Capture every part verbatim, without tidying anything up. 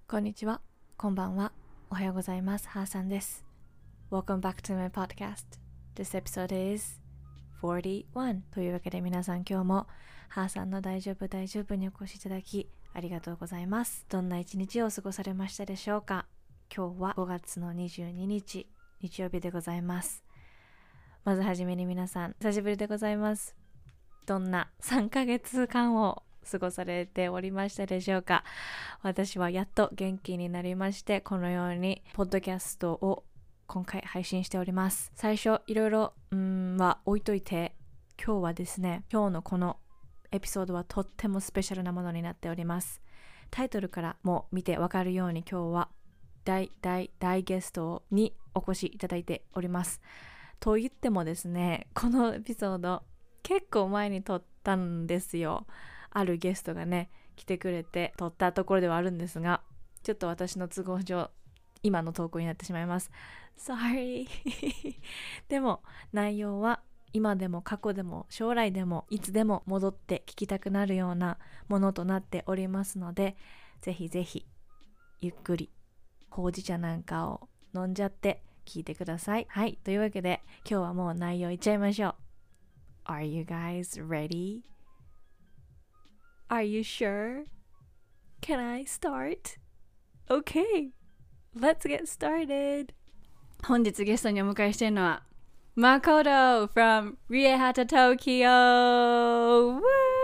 こんにちは、こんばんは、おはようございます。ハーさんです。Welcome back to my podcast. This episode is forty-one. というわけで皆さん今日もハーさんの大丈夫大丈夫にお越しいただきありがとうございます。どんな一日を過ごされましたでしょうか。今日はごがつのにじゅうににち、日曜日でございます。まずはじめに皆さん、久しぶりでございます。どんなさんかげつかんを過ごされておりましたでしょうか。私はやっと元気になりまして、このようにポッドキャストを今回配信しております。最初いろいろんは置いといて、今日はですね、今日のこのエピソードはとってもスペシャルなものになっております。タイトルからも見てわかるように、今日は大大大ゲストにお越しいただいております。と言ってもですね、このエピソード結構前に撮ったんですよ。あるゲストがね来てくれて撮ったところではあるんですが、ちょっと私の都合上今の投稿になってしまいます。 Sorry でも内容は今でも過去でも将来でもいつでも戻って聞きたくなるようなものとなっておりますので、ぜひぜひゆっくりほうじ茶なんかを飲んじゃって聞いてください。はい、というわけで今日はもう内容いっちゃいましょう。 Are you guys ready?Are you sure? Can I start? Okay, let's get started. 本日ゲストにお迎えしているのはMakoto from Riehata Tokyo!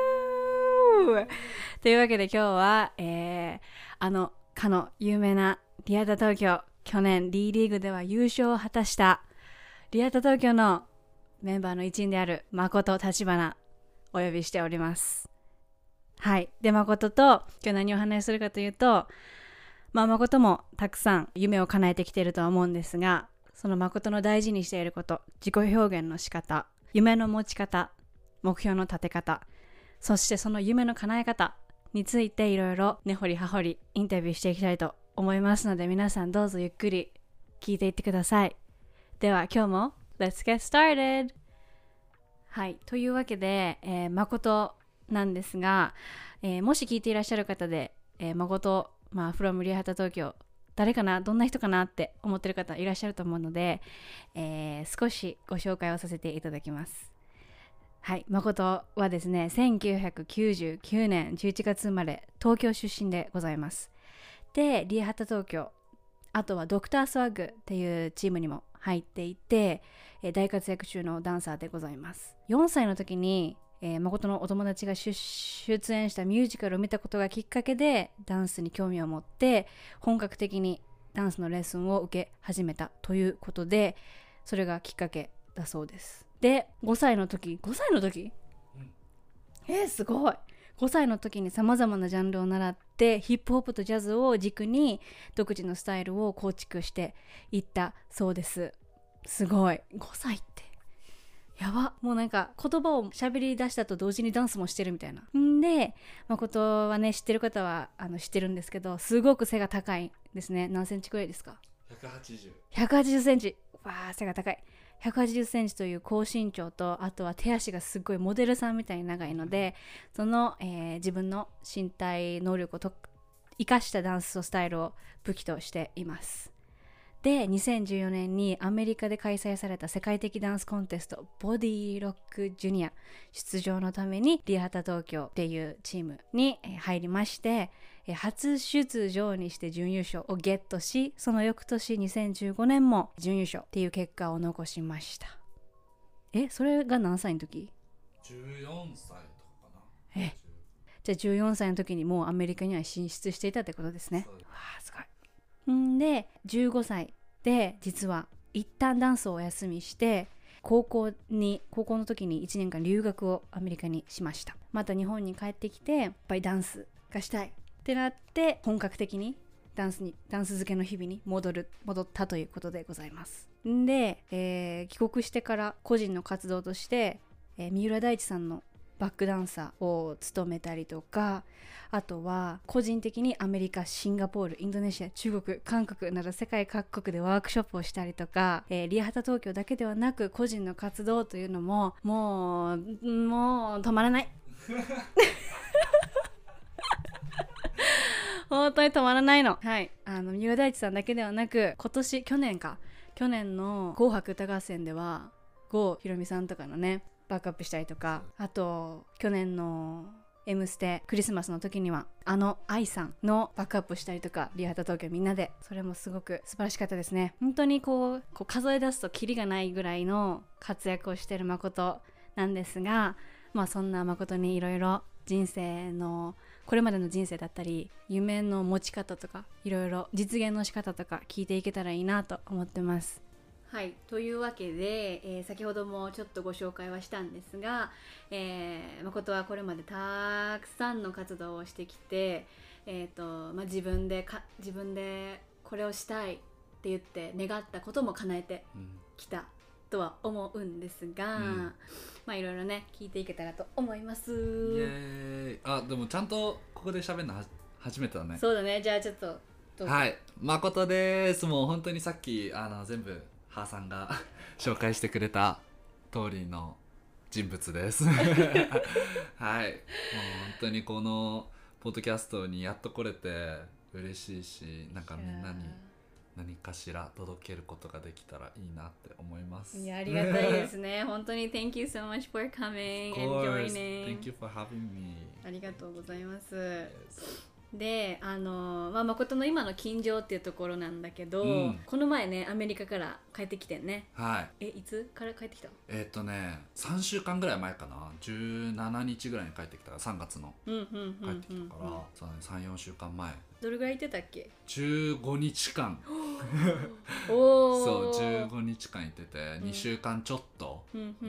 Woo! というわけで今日は、えー、あのかの有名なリアタ東京、去年 D リーグでは優勝を果たしたリアタ東京のメンバーの一員である誠立花お呼びしております。はい。で、誠と今日何をお話しするかというと、まあ誠もたくさん夢を叶えてきているとは思うんですが、その誠の大事にしていること、自己表現の仕方、夢の持ち方、目標の立て方、そしてその夢の叶え方についていろいろ根掘り葉掘りインタビューしていきたいと思いますので、皆さんどうぞゆっくり聞いていってください。では今日も Let's get started! はい。というわけで、えー、誠なんですが、えー、もし聞いていらっしゃる方で、えー、誠、まあ、from リハタ東京、誰かな、どんな人かなって思ってる方いらっしゃると思うので、えー、少しご紹介をさせていただきます。はい、誠はですね、せんきゅうひゃくきゅうじゅうきゅうねんじゅういちがつ生まれ、東京出身でございます。で、リハタ東京、あとはドクタースワッグっていうチームにも入っていて、えー、大活躍中のダンサーでございます。よんさいの時にえー、誠のお友達が出演したミュージカルを見たことがきっかけでダンスに興味を持って本格的にダンスのレッスンを受け始めたということで、それがきっかけだそうです。で、ごさいの時ごさいの時、うん、えー、すごい。ごさいの時にさまざまなジャンルを習ってヒップホップとジャズを軸に独自のスタイルを構築していったそうです。すごい。ごさいってやば、もうなんか言葉を喋り出したと同時にダンスもしてるみたいな。んで、誠はね、知ってる方はあの知ってるんですけど、すごく背が高いですね。何センチくらいですか？ ひゃくはちじゅう。 ひゃくはちじゅっセンチ。わー、背が高い。ひゃくはちじゅっセンチという高身長と、あとは手足がすごいモデルさんみたいに長いので、その、えー、自分の身体能力をと生かしたダンススタイルを武器としています。で、にせんじゅうよねんにアメリカで開催された世界的ダンスコンテストボディロックジュニア出場のためにリハタ東京っていうチームに入りまして、初出場にして準優勝をゲットし、その翌年にせんじゅうごねんも準優勝っていう結果を残しました。え、それが何歳の時？ じゅうよんさいとかかな。 え、じゃあじゅうよんさいの時にもうアメリカには進出していたってことですね。 わあ、すごい。んでじゅうごさいで実は一旦ダンスをお休みして高校に高校の時にいちねんかん留学をアメリカにしました。また日本に帰ってきてやっぱりダンスがしたいってなって本格的にダンスにダンス漬けの日々に戻る戻ったということでございます。んで、えー、帰国してから個人の活動として、えー、三浦大知さんのバックダンサーを務めたりとか、あとは個人的にアメリカ、シンガポール、インドネシア、中国、韓国など世界各国でワークショップをしたりとか、えー、リハタ東京だけではなく個人の活動というのももうもう止まらない本当に止まらないの。はい、あの三浦大知さんだけではなく、今年去年か去年の紅白歌合戦では郷ひろみさんとかのねバックアップしたりとか、あと去年のMステクリスマスの時にはあの愛さんのバックアップしたりとか、リハータ東京みんなで、それもすごく素晴らしかったですね。本当にこう、こう数え出すとキリがないぐらいの活躍をしている誠なんですが、まあそんな誠にいろいろ人生のこれまでの人生だったり夢の持ち方とかいろいろ実現の仕方とか聞いていけたらいいなと思ってます。はい、というわけで、えー、先ほどもちょっとご紹介はしたんですが、えー、誠はこれまでたくさんの活動をしてきて、えーとまあ、自分でか自分でこれをしたいって言って願ったことも叶えてきたとは思うんですが、うん、まあいろいろね聞いていけたらと思います。イエーイ。あ、でもちゃんとここで喋るのは初めてだね。 そうだね。じゃあちょっとどうぞ。 はい、誠です。もう本当にさっきあの全部母さんが紹介してくれた通りの人物ですはい、もう本当にこのポッドキャストにやっと来れて嬉しいし、なんかみんなに何かしら届けることができたらいいなって思います。 いや、ありがたいですね本当に Thank you so much for coming and joining. Thank you for having me. ありがとうございます。Yes.で、あのまあ、誠の今の近所っていうところなんだけど、うん、この前ねアメリカから帰ってきてんね。 はい。 え、いつから帰ってきた？ えー、っとねさんしゅうかんぐらい前かな、じゅうしちにちぐらいに帰ってきたから、さんがつの帰ってきたから、そうね、さんよんしゅうかんまえ。 どれぐらい行ってたっけ？ じゅうごにちかんおそうじゅうごにちかん行ってて、うん、にしゅうかんちょっと行って、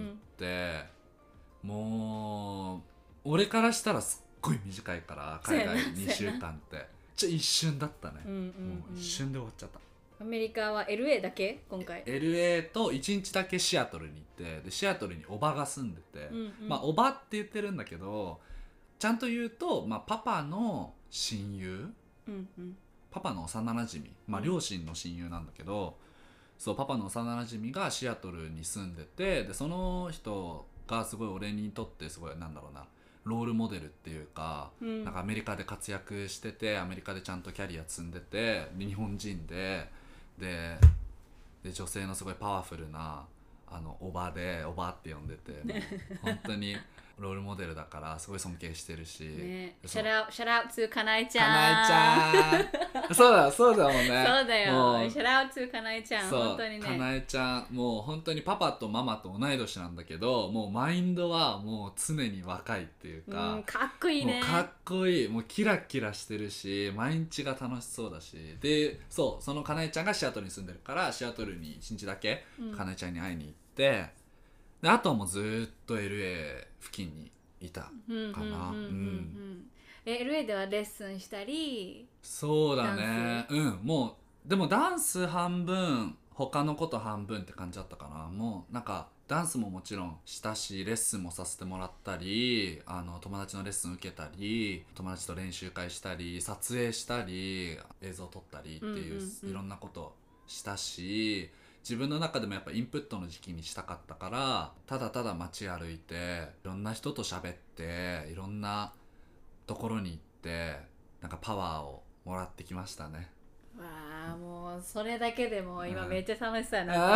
うんうん、もう俺からしたらすっすっごい短いから海外にしゅうかんってちょ一瞬だったね、うんうんうん、もう一瞬で終わっちゃった。 アメリカは エルエー だけ今回？ エルエー といちにちだけシアトルに行って、でシアトルにおばが住んでて、うんうん、まあおばって言ってるんだけどちゃんと言うと、まあ、パパの親友、うんうん、パパの幼なじみ、まあ、両親の親友なんだけど、うん、そうパパの幼なじみがシアトルに住んでて、でその人がすごい俺にとってすごいなんだろうなロールモデルっていうか、うん、なんかアメリカで活躍してて、アメリカでちゃんとキャリア積んでて、日本人ででで女性のすごいパワフルなあのおばで、おばって呼んでて本当にロールモデルだからすごい尊敬してるし、 ね、シャラシャラウツかなえちゃん、 かなえちゃんそうだそうだもんねそうだよ、シャラウツかなえちゃん、本当にね、 かなえちゃんもう本当にパパとママと同い年なんだけど、もうマインドはもう常に若いっていうか、 うん、かっこいいね、 もうかっこいい、もうキラキラしてるし毎日が楽しそうだし、でそうそのかなえちゃんがシアトルに住んでるから、シアトルにいちにちだけかなえちゃんに会いに行って、であとはもうずっと エルエー 付近にいたかな。 え エルエー ではレッスンしたり？ そうだね、うんもうでもダンス半分他のこと半分って感じだったかな。もうなんかダンスももちろんしたし、レッスンもさせてもらったり、あの友達のレッスン受けたり、友達と練習会したり、撮影したり、映像撮ったりっていう、うんうんうん、いろんなことしたし、自分の中でもやっぱインプットの時期にしたかったから、ただただ街歩いていろんな人と喋っていろんなところに行ってなんかパワーをもらってきましたね。 わあ、もうそれだけでも今めっちゃ楽しそうやな、うん、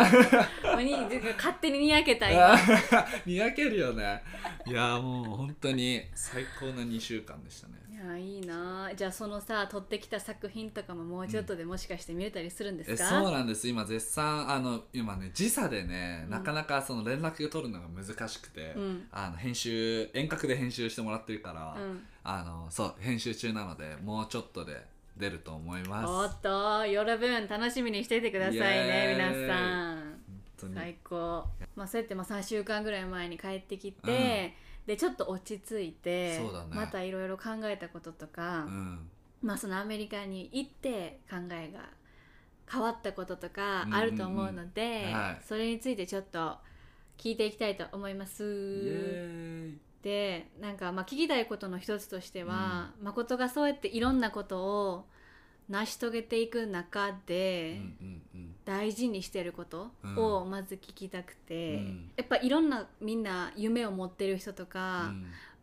に勝手ににやけた今にやけるよね。いやもう本当に最高なにしゅうかんでしたね。 いやいいな。じゃあそのさ撮ってきた作品とかももうちょっとでもしかして見れたりするんですか？ うん、えそうなんです。今絶賛あの今ね時差でね、うん、なかなかその連絡を取るのが難しくて、うん、あの編集遠隔で編集してもらってるから、うん、あのそう編集中なのでもうちょっとで出ると思います。 おっと夜分楽しみにしていてくださいね皆さん。最高。まあそうやってまあさんしゅうかんぐらい前に帰ってきて、うん、でちょっと落ち着いて、そうだね、またいろいろ考えたこととか、うん、まあそのアメリカに行って考えが変わったこととかあると思うので、うんうんうんはい、それについてちょっと聞いていきたいと思います。イエーイ。でなんかまあ聞きたいことの一つとしては、うん、誠がそうやっていろんなことを成し遂げていく中で、うんうんうん、大事にしてることをまず聞きたくて、うん、やっぱいろんなみんな夢を持ってる人とか、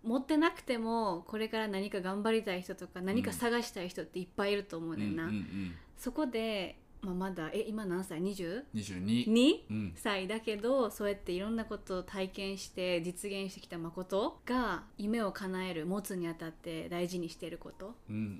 持ってなくてもこれから何か頑張りたい人とか何か探したい人っていっぱいいると思うねんな、 うんうんうん、 そこで、まあ、まだえ今何歳 にじゅう？ にじゅうに、 にうん、 歳だけどそうやっていろんなことを体験して実現してきた誠が夢を叶える持つにあたって大事にしていること。 うんうんうん、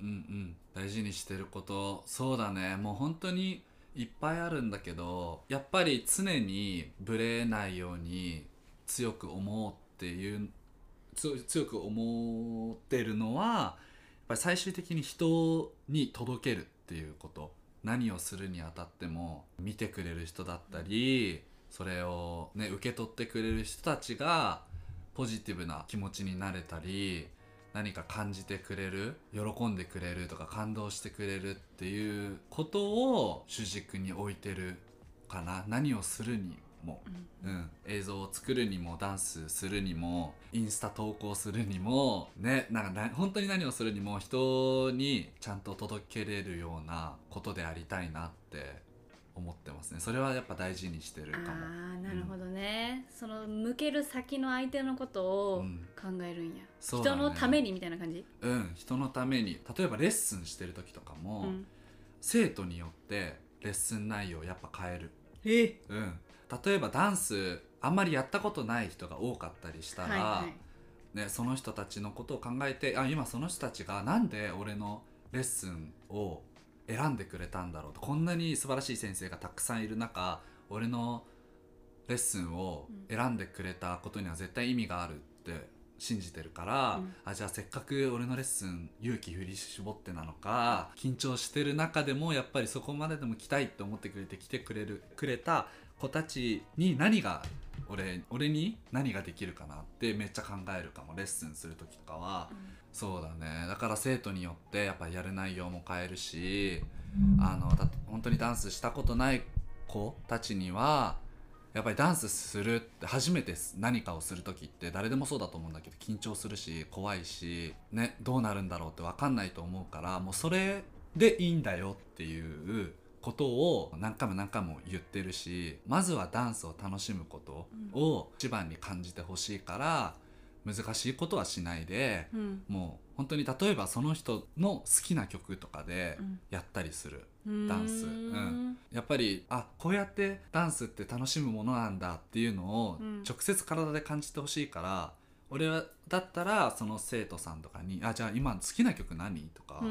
大事にしてること、そうだね、もう本当にいっぱいあるんだけど、やっぱり常にブレないように強く思うっていうつ強く思ってるのはやっぱり最終的に人に届けるっていうこと。何をするにあたっても見てくれる人だったり、それを、ね、受け取ってくれる人たちがポジティブな気持ちになれたり、何か感じてくれる、喜んでくれるとか感動してくれるっていうことを主軸に置いてるかな。何をするにも、うんうん、映像を作るにもダンスするにもインスタ投稿するにもね、なんかな本当に何をするにも人にちゃんと届けれるようなことでありたいなって思ってますね。それはやっぱ大事にしてるかも。 あーなるほどね、うん、その向ける先の相手のことを考えるんや、うん、人のためにみたいな感じ。 うん、人のために。例えばレッスンしてる時とかも、うん、生徒によってレッスン内容やっぱ変える。 えうん、例えばダンスあんまりやったことない人が多かったりしたら、はいはいね、その人たちのことを考えて、あ今その人たちがなんで俺のレッスンを選んでくれたんだろうと、こんなに素晴らしい先生がたくさんいる中俺のレッスンを選んでくれたことには絶対意味があるって信じてるから、うん、あじゃあせっかく俺のレッスン勇気振り絞ってなのか緊張してる中でもやっぱりそこまででも来たいって思ってくれて来てくれるくれた子たちに何が 俺, 俺に何ができるかなってめっちゃ考えるかも。レッスンする時とかは、うん、そうだね。だから生徒によってやっぱやる内容も変えるし、あのだ本当にダンスしたことない子たちにはやっぱりダンスするって初めて何かをする時って誰でもそうだと思うんだけど緊張するし怖いし、ね、どうなるんだろうって分かんないと思うから、もうそれでいいんだよっていうことを何回も何回も言ってるし、まずはダンスを楽しむことを一番に感じてほしいから、難しいことはしないで、うん、もう本当に例えばその人の好きな曲とかでやったりする、うん、ダンス、うん、やっぱりあこうやってダンスって楽しむものなんだっていうのを直接体で感じてほしいから、うん、俺はだったらその生徒さんとかにあじゃあ今好きな曲何とか、うんうん、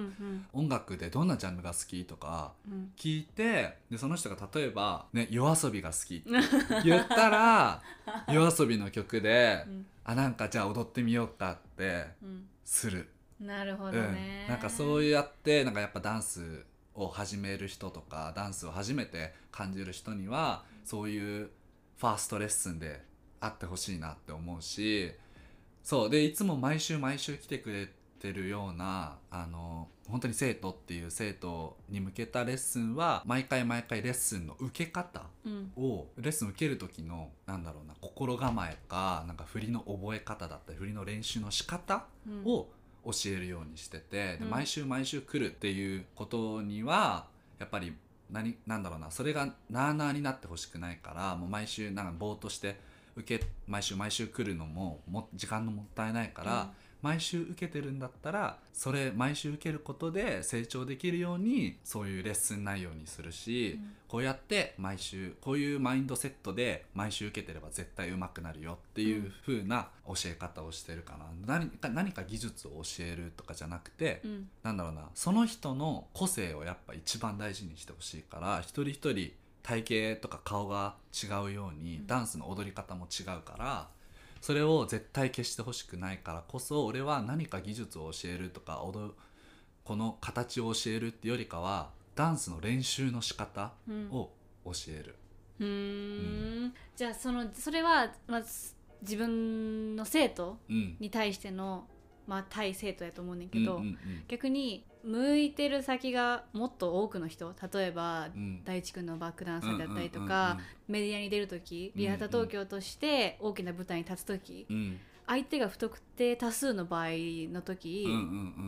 音楽でどんなジャンルが好きとか聞いて、でその人が例えば、ね、夜遊びが好きって言ったら夜遊びの曲で、うんあなんかじゃあ踊ってみようかってする、 うん、なるほどね、 うん、なんかそうやってなんかやっぱダンスを始める人とかダンスを初めて感じる人にはそういうファーストレッスンであってほしいなって思うし、そうでいつも毎週毎週来てくれてるようなあの本当に生徒っていう生徒に向けたレッスンは毎回毎回レッスンの受け方を、うん、レッスン受ける時のなんだろうな心構えかなんか振りの覚え方だったり振りの練習の仕方を教えるようにしてて、うん、で毎週毎週来るっていうことにはやっぱり何なんだろうなそれがなあなあになってほしくないから、もう毎週なんかぼーっとして受け毎週毎週来るのもも時間のもったいないから、うん毎週受けてるんだったらそれ毎週受けることで成長できるようにそういうレッスン内容にするし、うん、こうやって毎週こういうマインドセットで毎週受けてれば絶対上手くなるよっていう風な教え方をしてるかな、うん、何か何か技術を教えるとかじゃなくて、うん、なんだろうなその人の個性をやっぱ一番大事にしてほしいから一人一人体型とか顔が違うように、うん、ダンスの踊り方も違うからそれを絶対消してほしくないからこそ俺は何か技術を教えるとか踊るこの形を教えるってよりかはダンスの練習の仕方を教える、 うん、うーんじゃあそのそれは、まあ、自分の生徒に対しての、まあ、対生徒やと思うねんけど、うんうんうん、逆に向いてる先がもっと多くの人例えば、うん、大地君のバックダンサーだったりとか、うんうんうんうん、メディアに出るときリハータ東京として大きな舞台に立つとき、うん、相手が不特定多数の場合のとき、うんうんうん、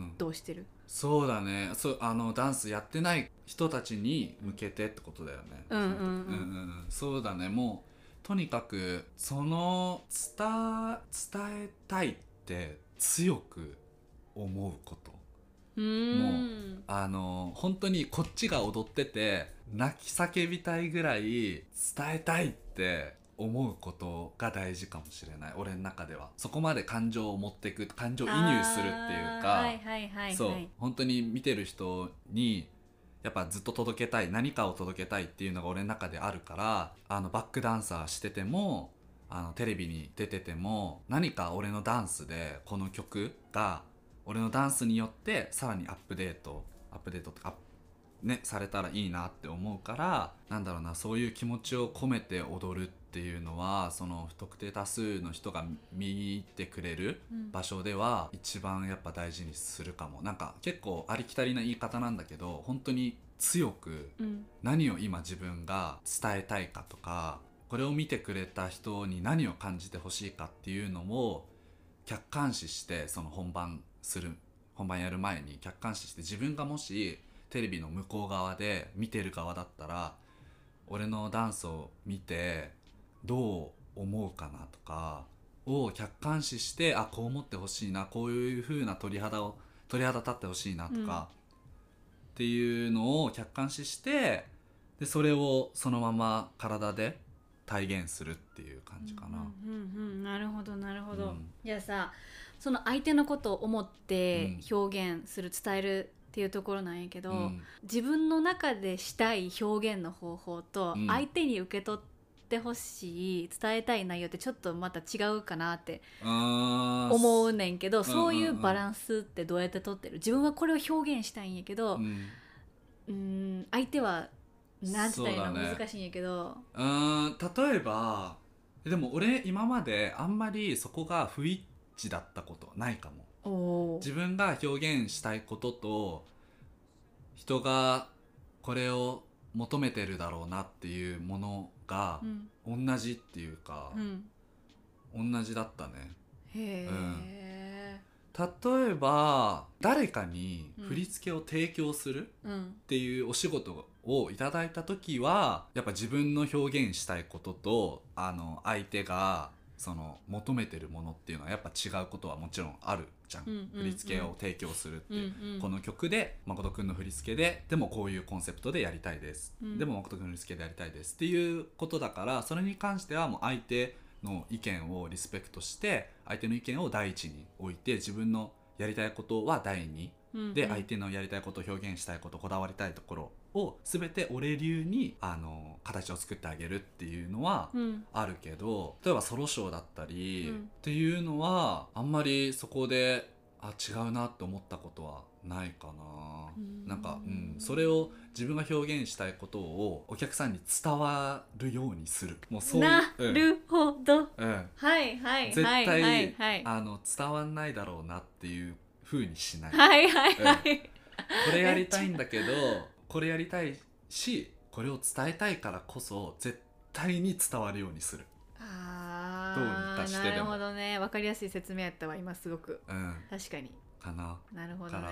どうしてる？ そうだねそあのダンスやってない人たちに向けてってことだよね、うんうんうんうんうん、そうだねもうとにかくその伝、伝えたいって強く思うこと、 うーんもうあの本当にこっちが踊ってて泣き叫びたいぐらい伝えたいって思うことが大事かもしれない。俺の中ではそこまで感情を持っていく、感情移入するっていうか、 はいはいはいはい、 そう本当に見てる人にやっぱずっと届けたい、何かを届けたいっていうのが俺の中であるから、あのバックダンサーしててもあのテレビに出てても何か俺のダンスでこの曲が俺のダンスによってさらにアップデートアップデートとかねされたらいいなって思うから、なんだろうな、そういう気持ちを込めて踊るっていうのはその不特定多数の人が見てくれる場所では一番やっぱ大事にするかも。なんか結構ありきたりな言い方なんだけど、本当に強く何を今自分が伝えたいかとか、これを見てくれた人に何を感じてほしいかっていうのを客観視して、その本番する本番やる前に客観視して、自分がもしテレビの向こう側で見てる側だったら俺のダンスを見てどう思うかなとかを客観視して、あこう思ってほしいな、こういう風な鳥肌を鳥肌立ってほしいなとか、うん、っていうのを客観視して、でそれをそのまま体で体現するっていう感じかな。 うんうんうん、なるほどなるほど、うん、じゃあさ、その相手のことを思って表現する、うん、伝えるっていうところなんやけど、うん、自分の中でしたい表現の方法と相手に受け取ってほしい伝えたい内容ってちょっとまた違うかなって思うねんけど、そういうバランスってどうやって取ってる？自分はこれを表現したいんやけど、うん、うーん相手はなんて言ったらいいの、ね、難しいんやけど、 うーん例えばでも俺今まであんまりそこが不一致だったことないかも。自分が表現したいことと人がこれを求めてるだろうなっていうものが同じっていうか、うん、同じだったね。へー、うん、例えば誰かに振り付けを提供するっていうお仕事をいただいた時はやっぱ自分の表現したいこととあの相手がその求めてるものっていうのはやっぱ違うことはもちろんあるじゃん、うんうんうん、振り付けを提供するっていう、うんうん、この曲で誠くんの振り付けででもこういうコンセプトでやりたいです、うん、でも誠くんの振り付けでやりたいですっていうことだから、それに関してはもう相手の意見をリスペクトして相手の意見を第一に置いて自分のやりたいことは第二、うんうん、で相手のやりたいこと表現したいことこだわりたいところを全て俺流にあの形を作ってあげるっていうのはあるけど、うん、例えばソロショーだったり、うん、っていうのはあんまりそこであ違うなって思ったことはないかな。うんなんか、うん、それを自分が表現したいことをお客さんに伝わるようにする。もうそういうなるほど、 うんうん、 はいはい絶対、はいはいはい、 あの伝わんないだろうなっていう風にしない。 はいはいはい、うん、これやりたいんだけどこれやりたいしこれを伝えたいからこそ絶対に伝わるようにする。 あどうにかしてでも。 なるほどね、分かりやすい説明やったわ今すごく、 うん、 確かにかな。 なるほどねから、うん、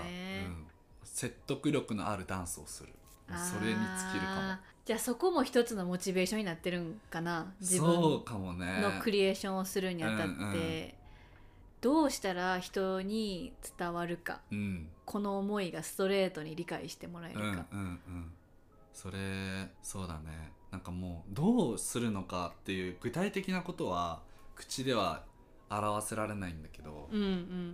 説得力のあるダンスをする、それに尽きるかも。 じゃあそこも一つのモチベーションになってるんかな、自分そうかもねのクリエーションをするにあたって、うんうん、どうしたら人に伝わるか、うん、この思いがストレートに理解してもらえるか、うんうんうん、 それそうだね。なんかもうどうするのかっていう具体的なことは口では表せられないんだけど、うんうん、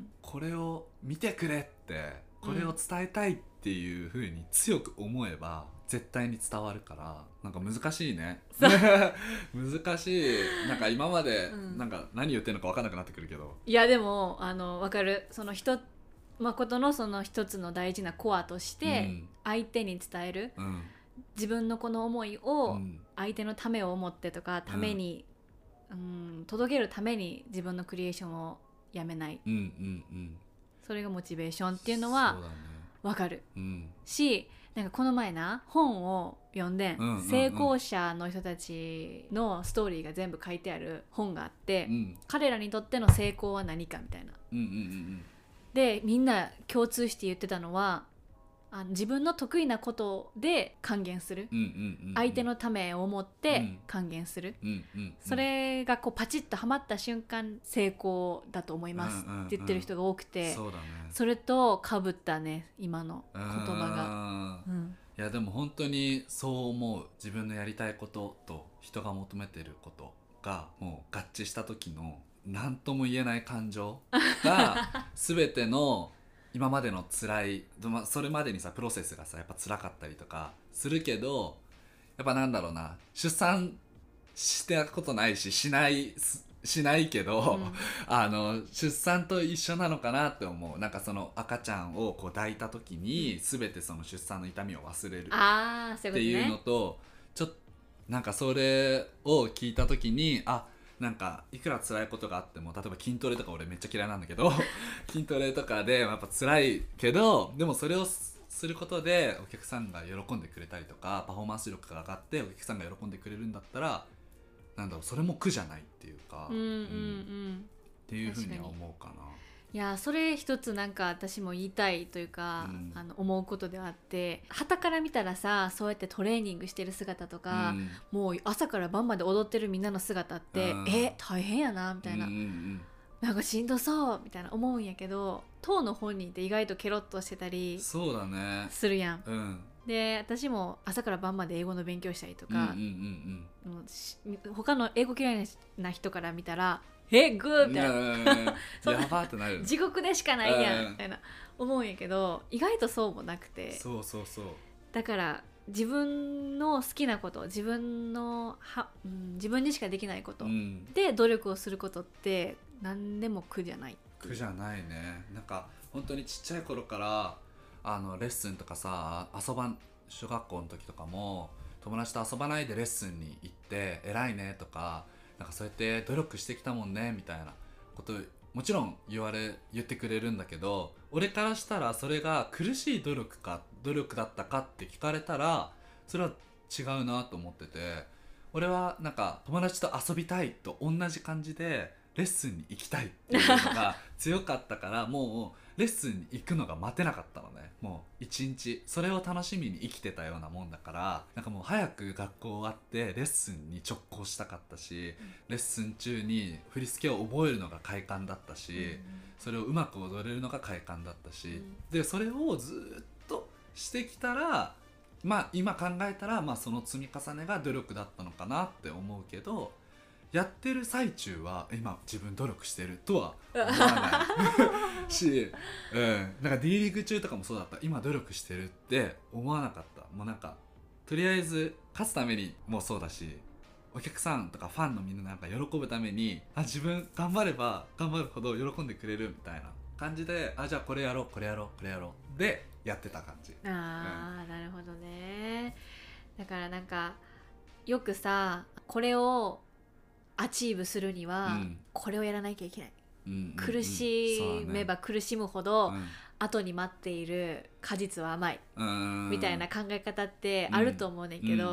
これを見てくれってこれを伝えたいっていう風に強く思えば絶対に伝わるから、なんか難しいね難しい。なんか今までなんか何言ってるのか分かんなくなってくるけど、 いやでもあの分かる。その人誠のその一つの大事なコアとして相手に伝える、うん、自分のこの思いを相手のためを思ってとかために、うんうん、届けるために自分のクリエーションをやめない、うんうんうん、それがモチベーションっていうのは分かる、うん、し、なんかこの前な本を読んで、うんうんうん、成功者の人たちのストーリーが全部書いてある本があって、うん、彼らにとっての成功は何かみたいな、うんうんうんうん、でみんな共通して言ってたのはあの自分の得意なことで還元する、 うんうんうんうん、 相手のためを思って還元する、 うんうんうん、 それがこうパチッとはまった瞬間成功だと思いますって言ってる人が多くて、 そうだね、 それとかぶったね今の言葉が、うん、 いやでも本当にそう思う。自分のやりたいことと人が求めてることがもう合致した時の何とも言えない感情が全ての今までの辛いそれまでにさプロセスがさやっぱ辛かったりとかするけど、やっぱなんだろうな、出産したことないししないしないけど、うん、あの出産と一緒なのかなって思う。なんかその赤ちゃんをこう抱いた時に、うん、全てその出産の痛みを忘れるっていうのと、ちょっとなんかそれを聞いた時に、あ、なんかいくら辛いことがあっても、例えば筋トレとか俺めっちゃ嫌いなんだけど筋トレとかでやっぱ辛いけど、でもそれをすることでお客さんが喜んでくれたりとかパフォーマンス力が上がってお客さんが喜んでくれるんだったら、なんだろう、それも苦じゃないっていうか、 うんうんうん、 っていうふうには思うかな。 いやそれ一つなんか私も言いたいというか、うん、あの思うことであって、傍から見たらさ、そうやってトレーニングしてる姿とか、うん、もう朝から晩まで踊ってるみんなの姿って、うん、え大変やなみたいな、うんうんうん、なんかしんどそうみたいな思うんやけど、当の本人って意外とケロッとしてたりそうだねするやん、 うん、 で私も朝から晩まで英語の勉強したりとか、 うんうんうんうん、他の英語嫌いな人から見たらえグーみたいなやばってなる地獄でしかないやんみたいな思うんやけど、意外とそうもなくて、 そうそうそう、 だから自分の好きなこと、自分のは、うん、自分にしかできないことで努力をすることって何でも苦じゃない。 苦じゃないね。なんか本当にちっちゃい頃からあのレッスンとかさ、遊ばん小学校の時とかも友達と遊ばないでレッスンに行って偉いねとか、なんかそうやって努力してきたもんねみたいなこともちろん言われ言ってくれるんだけど、俺からしたらそれが苦しい努力か努力だったかって聞かれたらそれは違うなと思ってて、俺はなんか友達と遊びたいと同じ感じでレッスンに行きたいっていうのが強かったからもうレッスンに行くのが待てなかったのね。もう一日それを楽しみに生きてたようなもんだから、なんかもう早く学校終わってレッスンに直行したかったし、レッスン中に振り付けを覚えるのが快感だったし、それをうまく踊れるのが快感だったし、でそれをずっとしてきたら、まあ今考えたらまあその積み重ねが努力だったのかなって思うけど、やってる最中は今自分努力してるとは思わないし、うん、なんか D リーグ中とかもそうだった。今努力してるって思わなかった。もうなんかとりあえず勝つためにもそうだし、お客さんとかファンのみんななんか喜ぶために、あ自分頑張れば頑張るほど喜んでくれるみたいな感じで、あじゃあこれやろうこれやろうこれやろうでやってた感じ。 あー、うん、なるほどね。だからなんかよくさ、これをアチーブするにはこれをやらなきゃいけない、うん、苦しめば苦しむほど、うん、後に待っている果実は甘い、うん、みたいな考え方ってあると思うねんけど、うんうんうん、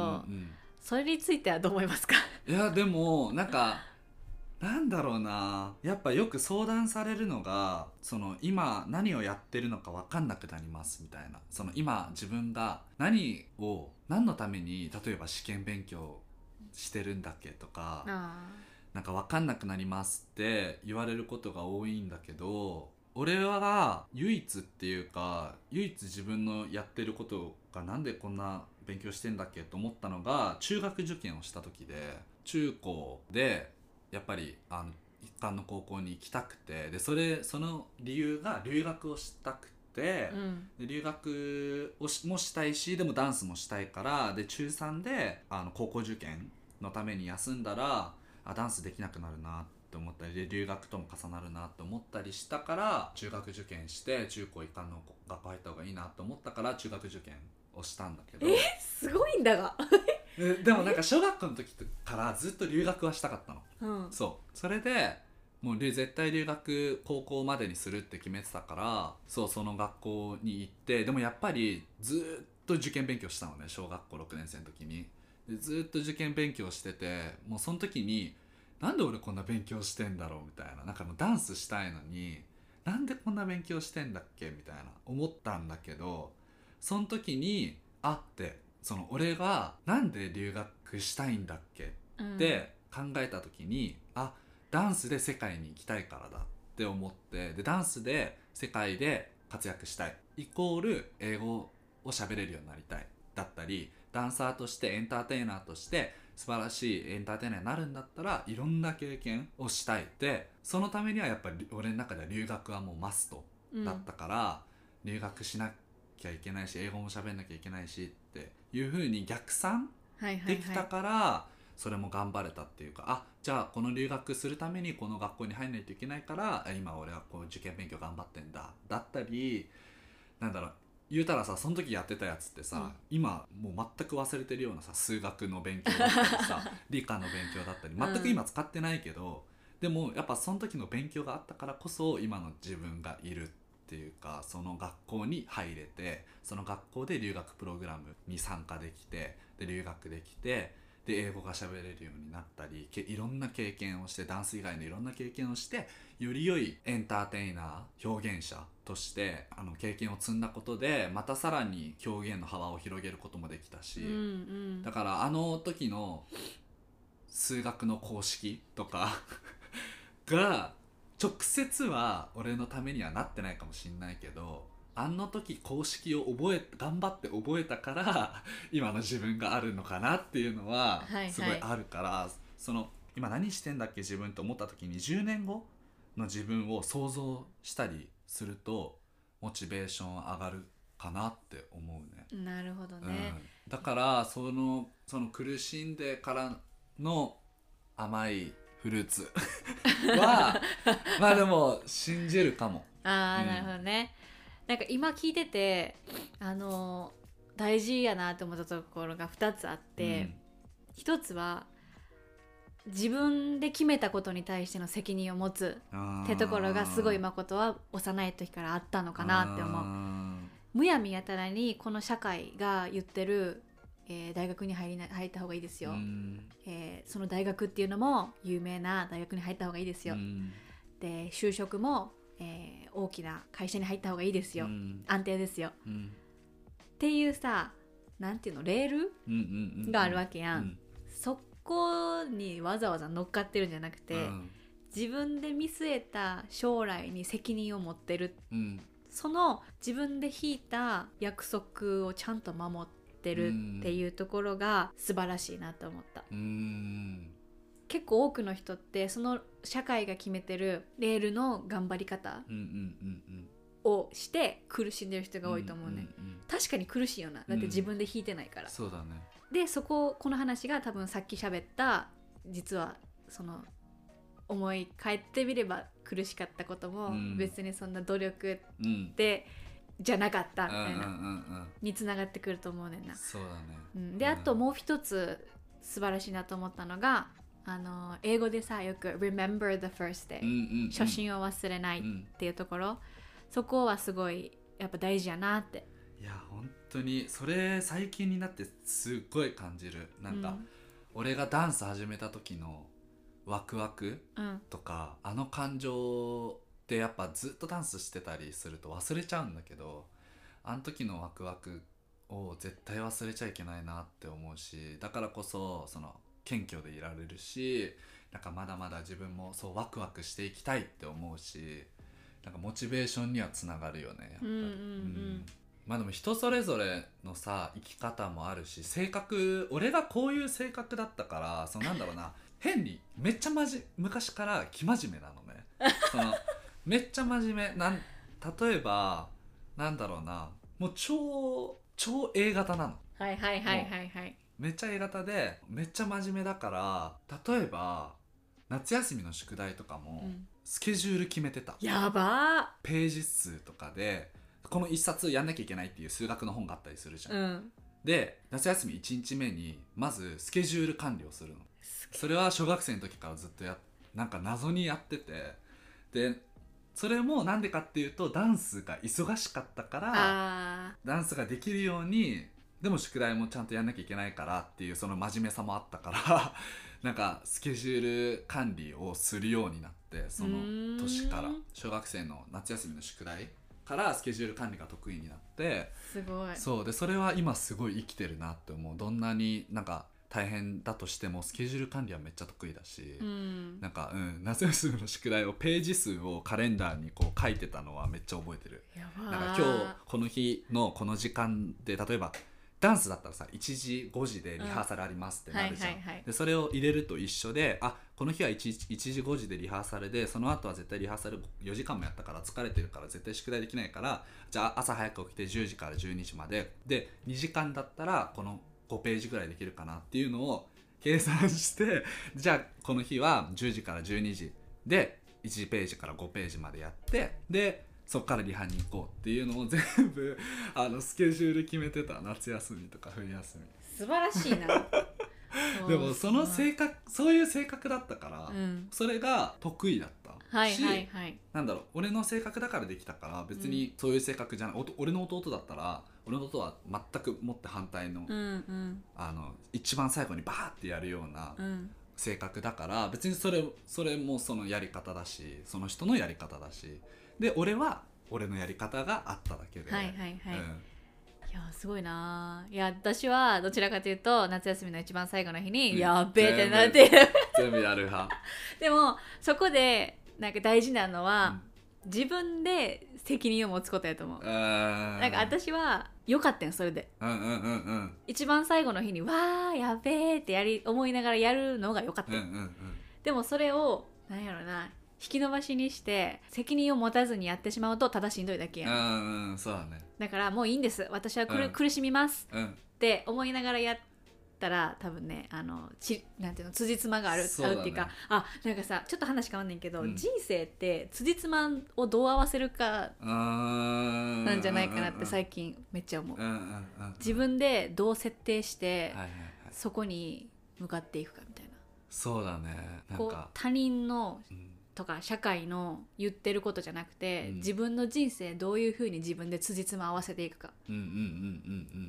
それについてはどう思いますか？ いやでもなんかなんだろうな、やっぱよく相談されるのが、その今何をやってるのか分かんなくなりますみたいな、その今自分が何を何のために例えば試験勉強してるんだっけとか、なんか分かんなくなりますって言われることが多いんだけど、俺は唯一っていうか唯一自分のやってることがなんでこんな勉強してんだっけと思ったのが、中学受験をした時で、中高でやっぱりあの一貫の高校に行きたくて、でそれその理由が留学をしたくて、うん、で留学をしもしたいし、でもダンスもしたいから、で中さんであの高校受験のために休んだら、あダンスできなくなるなって思ったり、で留学とも重なるなって思ったりしたから、中学受験して中高一貫の学校入った方がいいなと思ったから中学受験をしたんだけど、 えすごいんだがで, でもなんか小学校の時からずっと留学はしたかったの、うん、そうそれでもう絶対留学高校までにするって決めてたから、そうその学校に行って、でもやっぱりずっと受験勉強したのね、小学校ろくねん生の時に。でずっと受験勉強してて、もうその時になんで俺こんな勉強してんだろうみたいな、なんかもうダンスしたいのになんでこんな勉強してんだっけみたいな思ったんだけど、 その時にあってその俺がなんで留学したいんだっけって考えた時に、うん、あダンスで世界に行きたいからだって思って、でダンスで世界で活躍したいイコール英語を喋れるようになりたいだったり、ダンサーとしてエンターテイナーとして素晴らしいエンターテイナーになるんだったらいろんな経験をしたいって、そのためにはやっぱり俺の中では留学はもうマストだったから、うん、留学しなきゃいけないし英語も喋んなきゃいけないしっていう風に逆算できたから、はいはいはい、それも頑張れたっていうか、あじゃあこの留学するためにこの学校に入んないといけないから今俺はこう受験勉強頑張ってんだだったり、なんだろう言うたらさ、その時やってたやつってさ、うん、今もう全く忘れてるようなさ数学の勉強だったりさ理科の勉強だったり全く今使ってないけど、うん、でもやっぱその時の勉強があったからこそ今の自分がいるっていうか、その学校に入れてその学校で留学プログラムに参加できて、で留学できて、で英語が喋れるようになったり、いろんな経験をして、ダンス以外のいろんな経験をしてより良いエンターテイナー表現者としてあの経験を積んだことでまたさらに表現の幅を広げることもできたし、うんうん、だからあの時の数学の公式とかが直接は俺のためにはなってないかもしんないけど、あの時公式を覚え頑張って覚えたから今の自分があるのかなっていうのはすごいあるから、はいはい、その今何してんだっけ自分と思った時にじゅうねんごの自分を想像したりするとモチベーション上がるかなって思うね。 なるほどね、 うん、だからその、その苦しんでからの甘いフルーツはまあでも信じるかも。 ああ、うん、なるほどね。なんか今聞いててあの大事やなって思ったところがふたつあって、うん、ひとつは自分で決めたことに対しての責任を持つってところがすごい誠は幼い時からあったのかなって思う。むやみやたらにこの社会が言ってる、えー、大学に入りな入った方がいいですよ、うんえー、その大学っていうのも有名な大学に入った方がいいですよ、うん、で就職もえー、大きな会社に入った方がいいですよ、うん、安定ですよ、うん、っていうさ、なんていうのレール、うんうんうん、があるわけやん、うん、そこにわざわざ乗っかってるんじゃなくて、うん、自分で見据えた将来に責任を持ってる、うん、その自分で引いた約束をちゃんと守ってるっていうところが素晴らしいなと思った、うん、結構多くの人ってその社会が決めてるレールの頑張り方をして苦しんでる人が多いと思うね、うんうんうん、確かに苦しいよな、だって自分で引いてないから、うん、 そうだね。 でそここの話が多分さっき喋った実はその思い返ってみれば苦しかったことも別にそんな努力で、うん、じゃなかったみたいな、うんうんうんうん、につながってくると思うねんな。 そうだね、 うん、であともう一つ素晴らしいなと思ったのがあの英語でさよく remember the first day、うんうんうん、初心を忘れないっていうところ、うん、そこはすごいやっぱ大事やなって。 いや本当にそれ最近になってすっごい感じる。なんか、うん、俺がダンス始めた時のワクワクとか、うん、あの感情ってやっぱずっとダンスしてたりすると忘れちゃうんだけど、あの時のワクワクを絶対忘れちゃいけないなって思うし、だからこそその謙虚でいられるし、なんかまだまだ自分もそうワクワクしていきたいって思うし、なんかモチベーションにはつながるよねやっぱり、うんうんうん、まあでも人それぞれのさ生き方もあるし、性格俺がこういう性格だったからそのなんだろうな変にめっちゃまじ昔から生真面目なのねそのめっちゃ真面目なん、例えばなんだろうな、もう超超 A 型なの。 はいはいはいはいはい。 めっちゃ A 型でめっちゃ真面目だから、例えば夏休みの宿題とかもスケジュール決めてた、 うん、やばーページ数とかでこの一冊やんなきゃいけないっていう数学の本があったりするじゃん、うん、で夏休みいちにちめにまずスケジュール管理をするの。それは小学生の時からずっとやなんか謎にやってて、でそれもなんでかっていうとダンスが忙しかったからダンスができるように、でも宿題もちゃんとやんなきゃいけないからっていうその真面目さもあったからなんかスケジュール管理をするようになって、その年から小学生の夏休みの宿題からスケジュール管理が得意になって、 すごい。 そうでそれは今すごい生きてるなって思う。どんなになんか大変だとしてもスケジュール管理はめっちゃ得意だし、 うん、 なんか、うん、夏休みの宿題をページ数をカレンダーにこう書いてたのはめっちゃ覚えてる。 やばなんか今日この日のこの時間で、例えばダンスだったらさいちじごじでリハーサルありますってなるじゃん、 うんはいはいはい、 でそれを入れると一緒で、あこの日は 1, いちじごじでリハーサルで、その後は絶対リハーサルよじかんもやったから疲れてるから絶対宿題できないから、じゃあ朝早く起きてじゅうじからじゅうにじまででにじかんだったらこのごページぐらいできるかなっていうのを計算して、じゃあこの日はじゅうじからじゅうにじでいちページからごページまでやって、でそっからリハに行こうっていうのを全部あのスケジュール決めてた。夏休みとか冬休み。 素晴らしいなでもその性格、そういう性格だったから、 うん、 それが得意だったはいし、 はいはい、 なんだろう、俺の性格だからできたから別にそういう性格じゃない、うん、俺の弟だったら、俺の弟は全くもって反対の、 うんうん、 あの一番最後にバーってやるような性格だから、別にそれ、それもそのやり方だし、その人のやり方だし、で俺は俺のやり方があっただけで、 はいはいはい、うん、いやすごいな。いや私はどちらかというと夏休みの一番最後の日に、うん、やっべえってなって全部やる派でもそこでなんか大事なのは、うん、自分で責任を持つことやと思う。なんか私は良かったんそれで、 うんうんうんうん、 一番最後の日にわーやべえってやり思いながらやるのが良かった、 うんうんうん、 でもそれをなんやろな引き延ばしにして責任を持たずにやってしまうとただしんどいだけやん。 うんうん、そうだね。 だからもういいんです、私はくる、うん、苦しみます、うん、って思いながらやったら多分ね、あのちなんていうの辻褄がある、ね、合うっていうか、あなんかさちょっと話変わんねんけど、うん、人生って辻褄をどう合わせるかなんじゃないかなって最近めっちゃ思う、うんうんうん、自分でどう設定して、はいはいはい、そこに向かっていくかみたいな。 そうだね。なんかこう他人の、うんとか社会の言ってることじゃなくて、うん、自分の人生どういうふうに自分で辻褄合わせていくか、うんうんうんうんうん、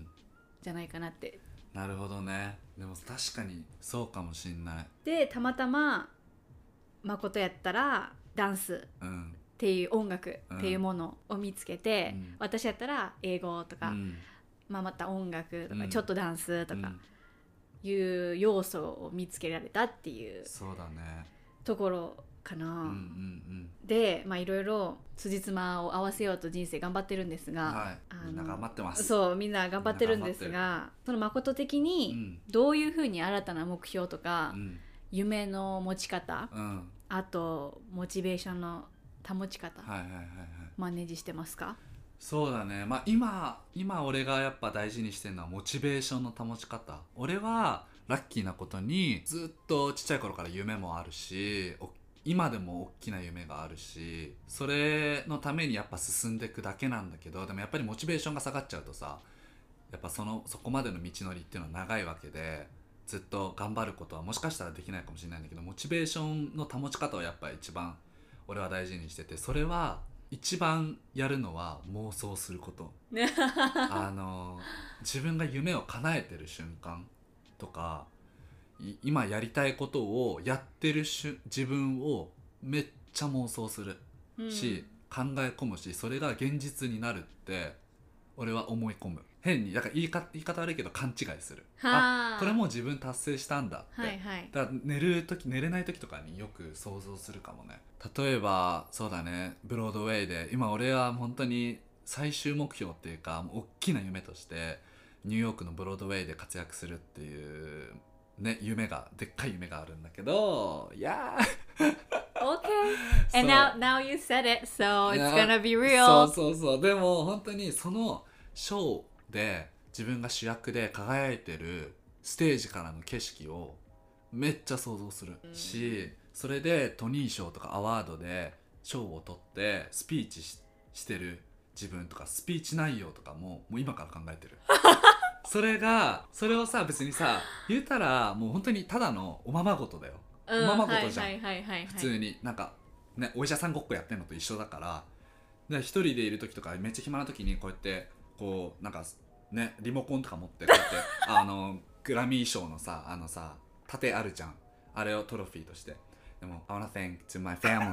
じゃないかなって。 なるほどね。でも確かにそうかもしんない。 でたまたま誠やったらダンスっていう音楽っていうものを見つけて、うん、私やったら英語とか、うんまあ、また音楽とか、うん、ちょっとダンスとかいう要素を見つけられたっていうところかな、うんうんうん、でまあいろいろ辻褄を合わせようと人生頑張ってるんですが、 はい、みんな頑張ってます。 そうみんな頑張ってるんですが、その誠的にどういうふうに新たな目標とか、うん、夢の持ち方、うん、あとモチベーションの保ち方、はいはいはいはい、マネージしてますか？ そうだね、まあ、今今俺がやっぱ大事にしてるのはモチベーションの保ち方。俺はラッキーなことにずっとちっちゃい頃から夢もあるし、今でも大きな夢があるし、それのためにやっぱ進んでいくだけなんだけど、でもやっぱりモチベーションが下がっちゃうとさ、やっぱそのそこまでの道のりっていうのは長いわけで、ずっと頑張ることはもしかしたらできないかもしれないんだけど、モチベーションの保ち方をやっぱり一番俺は大事にしてて、それは一番やるのは妄想することあの自分が夢を叶えてる瞬間とか、今やりたいことをやってるし自分をめっちゃ妄想するし、うん、考え込むし、それが現実になるって俺は思い込む。変にだから言いか言い方悪いけど勘違いする。あ、これもう自分達成したんだって、はいはい、だから寝る時寝れない時とかによく想像するかもね。例えばそうだね、ブロードウェイで今俺は本当に最終目標っていうか大きな夢としてニューヨークのブロードウェイで活躍するっていうね、夢がでっかい夢があるんだけど、いやー Okay. And now, now you said it, so it's gonna be real. そうそうそう。でも本当にそのショーで自分が主役で輝いてるステージからの景色をめっちゃ想像するし、うん、それでトニー賞とかアワードで賞を取ってスピーチ し, してる自分とか、スピーチ内容とかももう今から考えてるそれがそれをさ、別にさ言うたらもう本当にただのおままごとだよ、うん、おままごとじゃん、はいはいはいはい、普通になんかね、お医者さんごっこやってんのと一緒だから、で一人でいる時とかめっちゃ暇な時にこうやってこうなんかねリモコンとか持ってこうやってあのグラミー賞のさあのさ盾あるじゃん、あれをトロフィーとして、でも I wanna thank to my family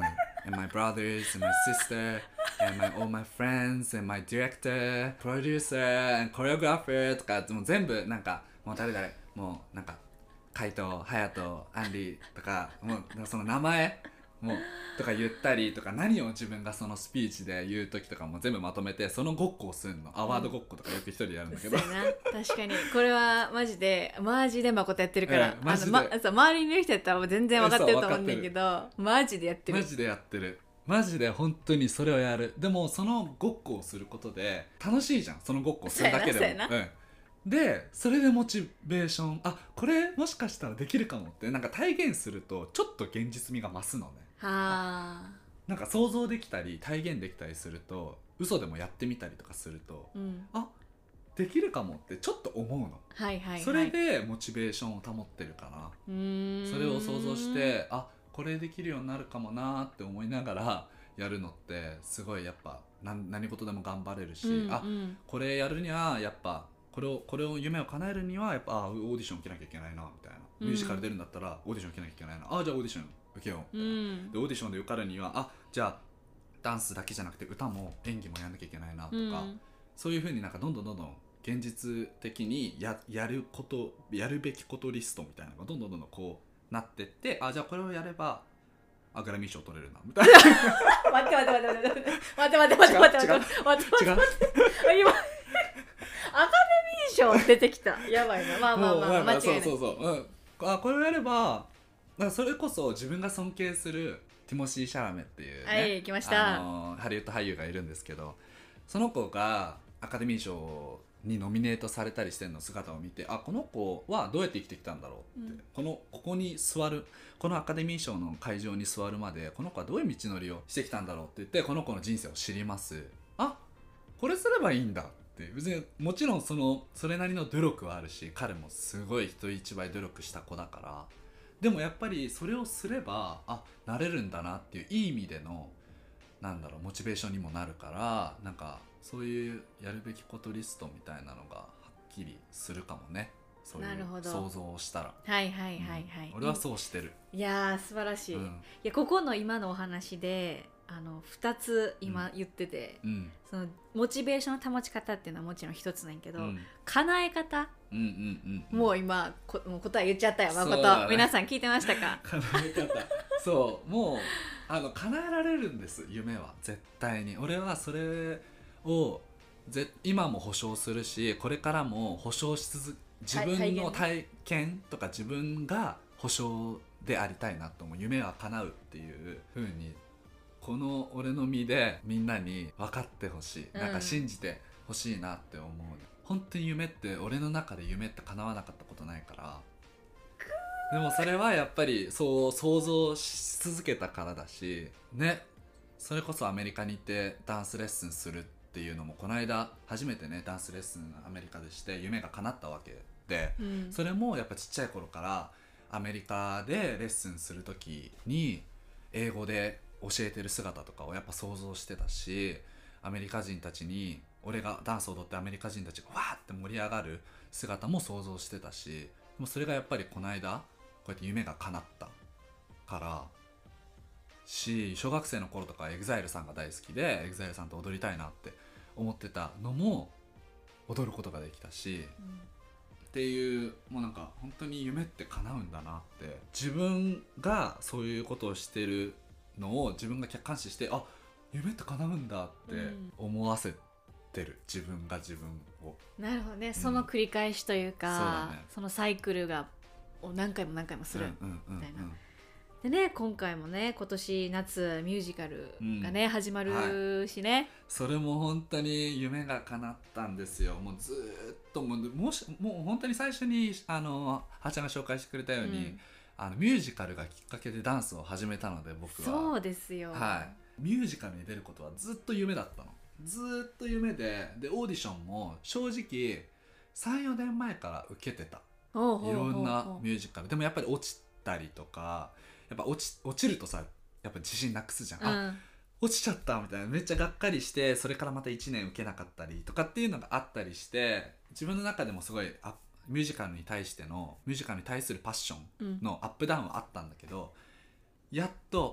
and my brothers and my sister and my, all my friends and my director, producer and choreographer とかもう全部なんかもう誰々もうなんかカイト、ハヤト、アンリとかもうその名前もうとか言ったりとか何を自分がそのスピーチで言う時とかも全部まとめてそのごっこをするのアワードごっことかよく一人でやるんだけど、 そうやな確かにこれはマジでマジで誠やってるから、 うん、マジであの、ま、そう周りにいる人やったら全然分かってると思うんだけどマジでやってるマジでやってるマジで本当にそれをやる。でもそのごっこをすることで楽しいじゃんそのごっこをするだけでもそうやなそうやな、 うんでそれでモチベーションあこれもしかしたらできるかもってなんか体現するとちょっと現実味が増すのね。 はなんか想像できたり体現できたりすると嘘でもやってみたりとかすると、 うん、 あできるかもってちょっと思うの、 はいはいはい、 それでモチベーションを保ってるから、 うーんそれを想像してあこれできるようになるかもなって思いながらやるのってすごいやっぱ何, 何事でも頑張れるし、 うんうん、 あこれやるにはやっぱこれをこれを夢を叶えるにはやっぱあオーディション受けなきゃいけないなみたいな、ミュージカル出るんだったらオーディション受けなきゃいけないな、あじゃあオーディション受けようみたいな、うん、でオーディションで受かるにはあじゃあダンスだけじゃなくて歌も演技もやんなきゃいけないなとか、うん、そういう風になんかどんどんどんどん現実的に や, やることやるべきことリストみたいなのがどんどんどんどんこうなってってあじゃあこれをやればあグラミー賞取れるなみたいな待って待って待って待って待って待って待って待って待って待って待って待って今アカデミー賞出てきたやばいなまあまあまあ間違いないそうそうそう、うん、あこれをやればなんかそれこそ自分が尊敬するティモシー・シャラメっていう、ねはい来ましたあのハリウッド俳優がいるんですけどその子がアカデミー賞にノミネートされたりしてるの姿を見てあこの子はどうやって生きてきたんだろうって、うん、このここに座るこのアカデミー賞の会場に座るまでこの子はどういう道のりをしてきたんだろうって言ってこの子の人生を知りますあこれすればいいんだって別にもちろんそのそれなりの努力はあるし彼もすごい人一倍努力した子だからでもやっぱりそれをすればあなれるんだなっていういい意味でのなんだろうモチベーションにもなるからなんかそういうやるべきことリストみたいなのがはっきりするかもねそういう想像をしたらはいはいはいはい、 うん、俺はそうしてるいやー素晴らしい、うん、いやここの今のお話であのふたつ今言ってて、うん、そのモチベーションの保ち方っていうのはもちろん一つなんやけど、うん、叶え方、うんうんうん、もう今こもう答え言っちゃったよ誠、ね、皆さん聞いてましたか叶え方そうもうあの叶えられるんです夢は絶対に俺はそれをぜ今も保証するしこれからも保証し続自分の体験とか自分が保証でありたいなと思う夢は叶うっていう風にこの俺の身でみんなに分かってほしい、うん、なんか信じてほしいなって思う、ね、本当に夢って俺の中で夢って叶わなかったことないからでもそれはやっぱりそう想像し続けたからだしねそれこそアメリカに行ってダンスレッスンするっていうのもこの間初めてねダンスレッスンアメリカでして夢が叶ったわけで、うん、それもやっぱちっちゃい頃からアメリカでレッスンする時に英語で教えてる姿とかをやっぱ想像してたしアメリカ人たちに俺がダンスを踊ってアメリカ人たちがわーって盛り上がる姿も想像してたしでもそれがやっぱりこの間こうやって夢が叶ったからし小学生の頃とか エグザイル さんが大好きで エグザイル さんと踊りたいなって思ってたのも踊ることができたし、うん、っていうもうなんか本当に夢って叶うんだなって自分がそういうことをしてるのを自分が客観視してあ夢って叶うんだって思わせてる、うん、自分が自分をなるほどね、うん、その繰り返しというか そうだ、ね、そのサイクルがを何回も何回もするみたいな、うんうんうんうん、でね今回もね今年夏ミュージカルがね、うん、始まるしね、はい、 それも本当に夢が叶ったんですよもうずっともうもしもう本当に最初にあのはちゃんが紹介してくれたように、うんあのミュージカルがきっかけでダンスを始めたので僕はそうですよ、 はい、ミュージカルに出ることはずっと夢だったのずっと夢ででオーディションも正直 さん,よ 年前から受けてたいろんなミュージカルでもやっぱり落ちたりとかやっぱ落ち、落ちるとさやっぱ自信なくすじゃん、うん、あ落ちちゃったみたいなめっちゃがっかりしてそれからまたいちねん受けなかったりとかっていうのがあったりして自分の中でもすごいあミュージカルに対してのミュージカルに対するパッションのアップダウンはあったんだけど、うん、やっと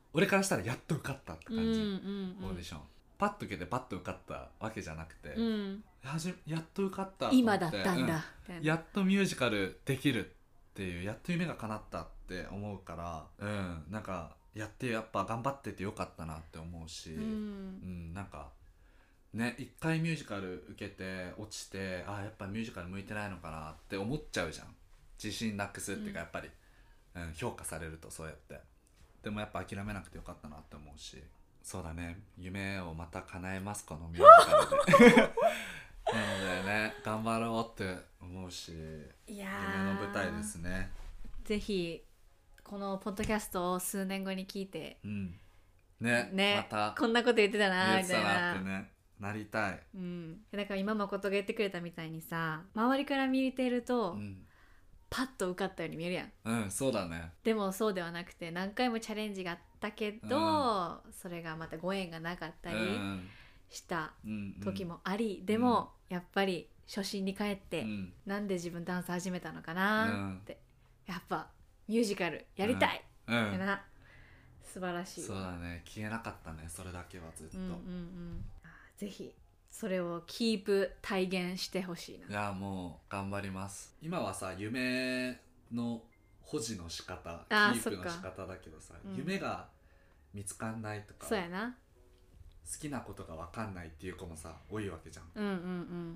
俺からしたらやっと受かったって感じ、 うんうんうん、 オーディションパッと受けてパッと受かったわけじゃなくて、 うん、 はじやっと受かったと思って、 今だったんだ、 うん、やっとミュージカルできるっていう、やっと夢が叶ったって思うから、うんなんかやってやっぱ頑張っててよかったなって思うし、 うん、うん、 なんかね一回ミュージカル受けて落ちて、あやっぱミュージカル向いてないのかなって思っちゃうじゃん。自信なくすっていうか、やっぱり、うん、評価されるとそうやって、でもやっぱ諦めなくてよかったなって思うし、そうだね、夢をまた叶えますこのミュージカルでなのでね頑張ろうって思うし、 いや夢の舞台ですね。 ぜひこのポッドキャストを数年後に聞いて、 うん、ね, ねまたこんなこと言ってたな言ってたみたいななってねなりたい、 うん、だから今誠が言ってくれたみたいにさ、周りから見てると、 うんパッと受かったように見えるやん。 うんそうだね。 でもそうではなくて、何回もチャレンジがあったけど、うん、それがまたご縁がなかったりした時もあり、うんうん、でも、うん、やっぱり初心に帰って、うん、なんで自分ダンス始めたのかなって、うん、やっぱミュージカルやりたい、うんうん、な素晴らしい。 そうだね、消えなかったねそれだけはずっと、うんうんうん、 ぜひそれをキープ体現してほしいな。 いやもう頑張ります。今はさ夢の保持の仕方キープの仕方だけどさ、うん、夢が見つかんないとか、 そうやな、 好きなことが分かんないっていう子もさ多いわけじゃん、 うんうんうん、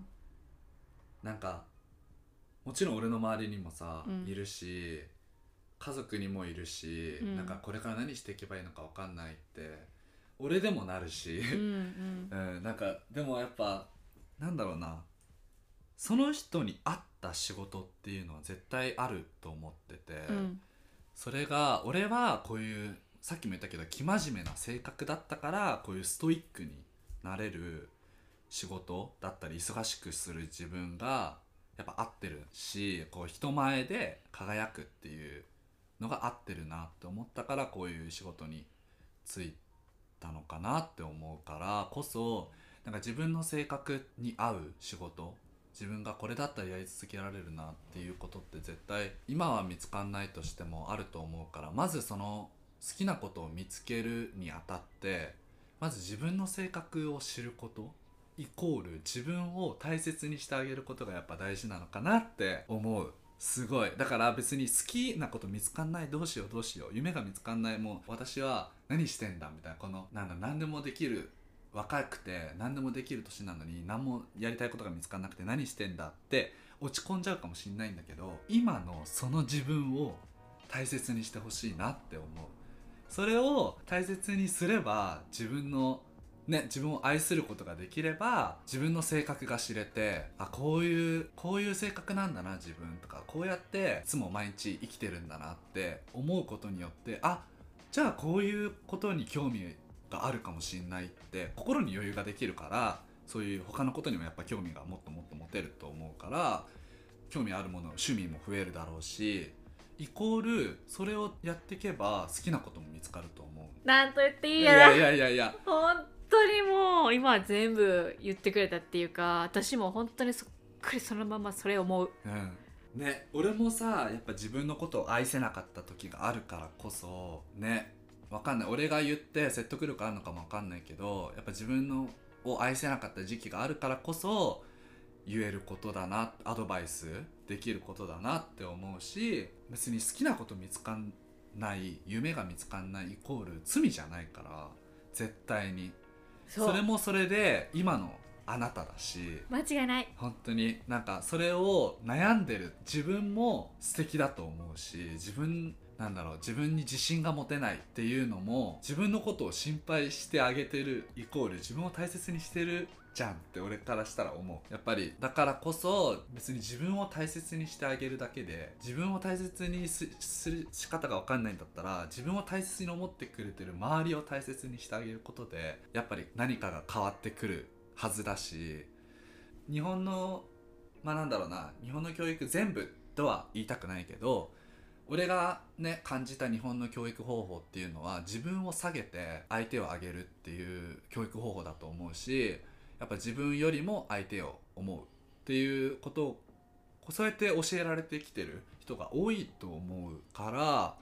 なんかもちろん俺の周りにもさ、うん、いるし家族にもいるし、うん、なんかこれから何していけばいいのか分かんないって俺でもなるし、うんうんうん、なんかでもやっぱなんだろうな、その人に合った仕事っていうのは絶対あると思ってて、うん、それが俺はこういうさっきも言ったけど生真面目な性格だったからこういうストイックになれる仕事だったり忙しくする自分がやっぱ合ってるし、こう人前で輝くっていうのが合ってるなって思ったからこういう仕事に就いてたのかなって思うからこそ、なんか自分の性格に合う仕事、自分がこれだったらやり続けられるなっていうことって絶対今は見つかんないとしてもあると思うから、まずその好きなことを見つけるにあたってまず自分の性格を知ることイコール自分を大切にしてあげることがやっぱ大事なのかなって思う。すごいだから別に好きなこと見つかんない、どうしようどうしよう、夢が見つかんない、もう私は何してんだみたいな、このなんだ何でもできる、若くて何でもできる年なのに何もやりたいことが見つかんなくて何してんだって落ち込んじゃうかもしれないんだけど、今のその自分を大切にしてほしいなって思う。それを大切にすれば自分のね、自分を愛することができれば自分の性格が知れて、あこういうこういう性格なんだな自分とか、こうやっていつも毎日生きてるんだなって思うことによって、あじゃあこういうことに興味があるかもしれないって心に余裕ができるから、そういう他のことにもやっぱ興味がもっともっと持てると思うから、興味あるもの趣味も増えるだろうし、イコールそれをやっていけば好きなことも見つかると思う。 なんと言っていいやら、 いやいやいやいや本当にもう今全部言ってくれたっていうか、私も本当にそっくりそのままそれ思う、 うん、ね、俺もさやっぱ自分のことを愛せなかった時があるからこそね、わかんない、俺が言って説得力あるのかもわかんないけど、やっぱ自分のを愛せなかった時期があるからこそ言えることだな、アドバイスできることだなって思うし、別に好きなこと見つかんない、夢が見つかんないイコール罪じゃないから絶対に。 そ, それもそれで今のあなただし、 間違いない。 本当になんかそれを悩んでる自分も素敵だと思うし、自分なんだろう、自分に自信が持てないっていうのも自分のことを心配してあげてるイコール自分を大切にしてるじゃんって俺からしたら思う。やっぱりだからこそ別に自分を大切にしてあげるだけで、自分を大切に す, する仕方が分かんないんだったら、自分を大切に思ってくれてる周りを大切にしてあげることでやっぱり何かが変わってくるはずだし、日本のまあなんだろうな、日本の教育全部とは言いたくないけど、俺がね感じた日本の教育方法っていうのは自分を下げて相手を上げるっていう教育方法だと思うし、やっぱ自分よりも相手を思うっていうことをそうやって教えられてきてる人が多いと思うから、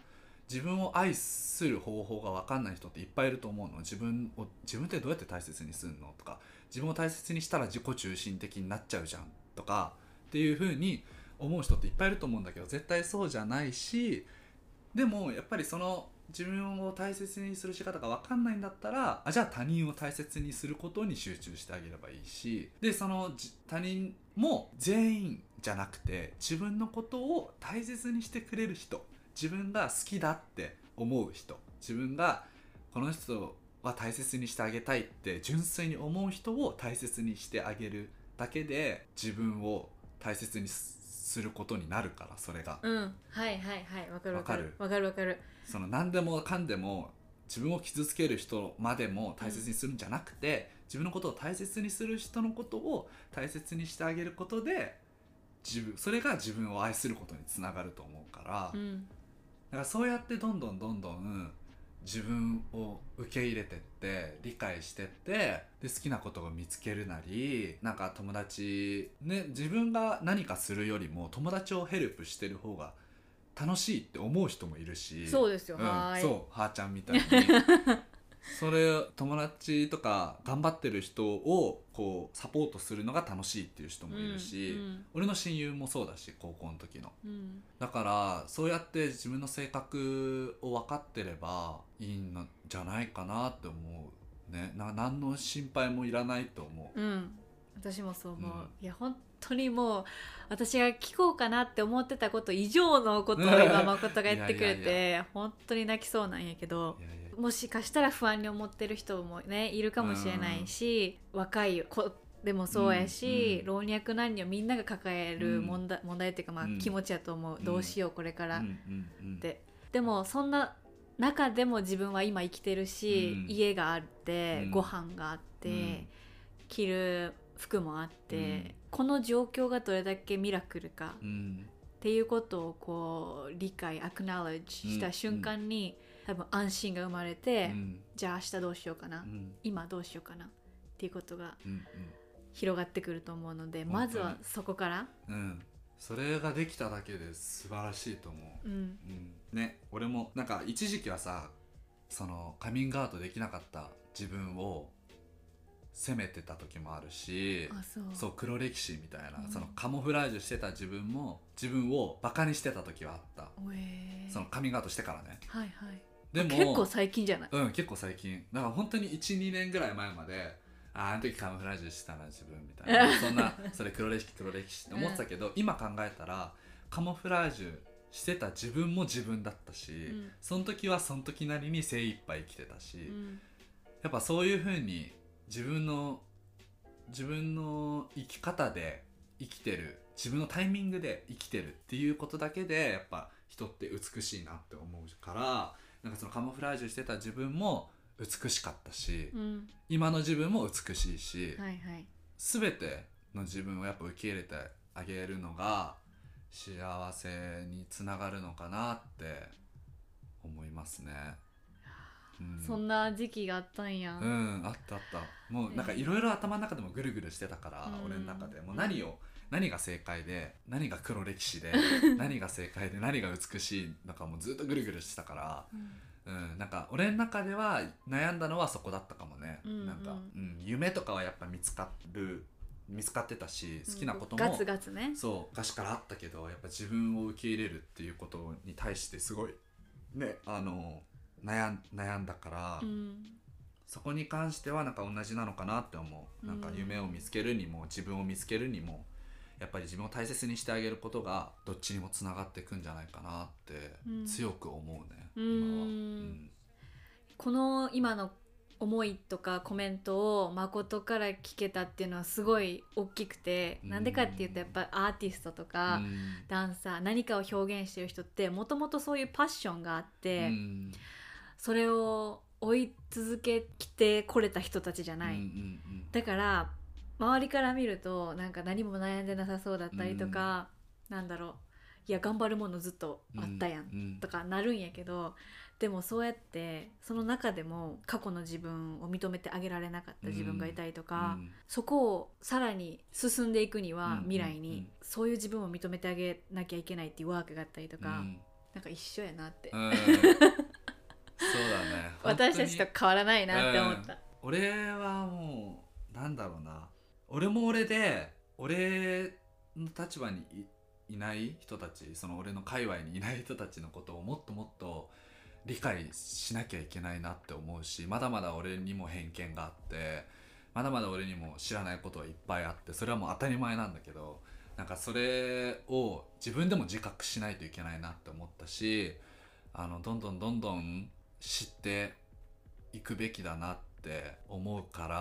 自分を愛する方法が分かんない人っていっぱいいると思うの。自分を自分ってどうやって大切にするのとか、自分を大切にしたら自己中心的になっちゃうじゃんとかっていう風に思う人っていっぱいいると思うんだけど、絶対そうじゃないし、でもやっぱりその自分を大切にする仕方が分かんないんだったら、あじゃあ他人を大切にすることに集中してあげればいいし、でその他人も全員じゃなくて自分のことを大切にしてくれる人、自分が好きだって思う人、自分がこの人は大切にしてあげたいって純粋に思う人を大切にしてあげるだけで自分を大切にすることになるから、それが、 うん、はいはいはい、わかるわかるわわかるわかる。 その何でもかんでも自分を傷つける人までも大切にするんじゃなくて、うん、自分のことを大切にする人のことを大切にしてあげることで自分それが自分を愛することにつながると思うから、うん、だからそうやってどんどんどんどん自分を受け入れてって理解してって、で好きなことを見つけるなり、なんか友達ね、自分が何かするよりも友達をヘルプしてる方が楽しいって思う人もいるし、 そうですよ、 うん、 はーい、 そうはーちゃんみたいにそれ友達とか頑張ってる人をこうサポートするのが楽しいっていう人もいるし、うんうん、俺の親友もそうだし高校の時の、うん、だからそうやって自分の性格を分かってればいいんじゃないかなって思うね。な何の心配もいらないと思う、うん、 私もそう思う、うん、いや本当にもう私が聞こうかなって思ってたこと以上のことを今誠が言ってくれていやいやいや本当に泣きそうなんやけど、いやいやもしかしたら不安に思ってる人もねいるかもしれないし、うん、若い子でもそうやし、うん、老若男女みんなが抱える問題、うん、問題っていうかまあ気持ちやと思う、うん、どうしようこれからって、うん、でもそんな中でも自分は今生きてるし、うん、家があって、うん、ご飯があって、うん、着る服もあって、うん、この状況がどれだけミラクルか、うん、っていうことをこう理解アクナレッジした瞬間に、うん、多分安心が生まれて、うん、じゃあ明日どうしようかな、うん、今どうしようかなっていうことが広がってくると思うので、うん、まずはそこから、 うん、それができただけで素晴らしいと思う、うんうん、ね、俺もなんか一時期はさ、そのカミングアウトできなかった自分を責めてた時もあるし、あ、そう、そう黒歴史みたいな、うん、そのカモフラージュしてた自分も自分をバカにしてた時はあった、えー、そのカミングアウトしてからね、はいはい、でも結構最近じゃない？ うん、結構最近だから本当に いちにねんぐらい前まで、ああの時カモフラージュしてたな自分みたいなそんなそれ黒歴史黒歴史って思ってたけど、うん、今考えたらカモフラージュしてた自分も自分だったし、うん、その時はその時なりに精一杯生きてたし、うん、やっぱそういう風に自分の自分の生き方で生きてる、自分のタイミングで生きてるっていうことだけでやっぱ人って美しいなって思うから、なんかそのカモフラージュしてた自分も美しかったし、うん、今の自分も美しいし、はいはい、全ての自分をやっぱ受け入れてあげるのが幸せにつながるのかなって思いますね。 うん、そんな時期があったんや。 うん、あったあった。もうなんかいろいろ頭の中でもぐるぐるしてたから、うん、俺の中でもう何を、何が正解で何が黒歴史で何が正解で何が美しいのかもずっとぐるぐるしてたから、うんうん、なんか俺の中では悩んだのはそこだったかもね、うんうん、なんか、うん、夢とかはやっぱ見つかる見つかってたし、好きなことも、 うん、ガツガツね、 そう昔からあったけど、やっぱ自分を受け入れるっていうことに対してすごいね、あの悩ん、悩んだから、うん、そこに関してはなんか同じなのかなって思う。なんか夢を見つけるにも自分を見つけるにもやっぱり自分を大切にしてあげることがどっちにもつながっていくんじゃないかなって強く思うね、うん、今は、うん、 この今の思いとかコメントを誠から聞けたっていうのはすごい大きくて、なんでかっていうとやっぱアーティストとかダンサー、何かを表現してる人ってもともとそういうパッションがあって、それを追い続けてこれた人たちじゃない、だから周りから見るとなんか何も悩んでなさそうだったりとか、なんだろう、いや頑張るものずっとあったやんとかなるんやけど、でもそうやってその中でも過去の自分を認めてあげられなかった自分がいたりとか、うん、そこをさらに進んでいくには未来にそういう自分を認めてあげなきゃいけないっていうワークがあったりとか、うん、 なんか一緒やなって、 うん、そうだね私たちと変わらないなって思った、 うん、俺はもうなんだろうな、俺も俺で俺の立場に い, いない人たち、その俺の界隈にいない人たちのことをもっともっと理解しなきゃいけないなって思うし、まだまだ俺にも偏見があって、まだまだ俺にも知らないことはいっぱいあって、それはもう当たり前なんだけど、なんかそれを自分でも自覚しないといけないなって思ったし、あのどんどんどんどん知っていくべきだなって思うから、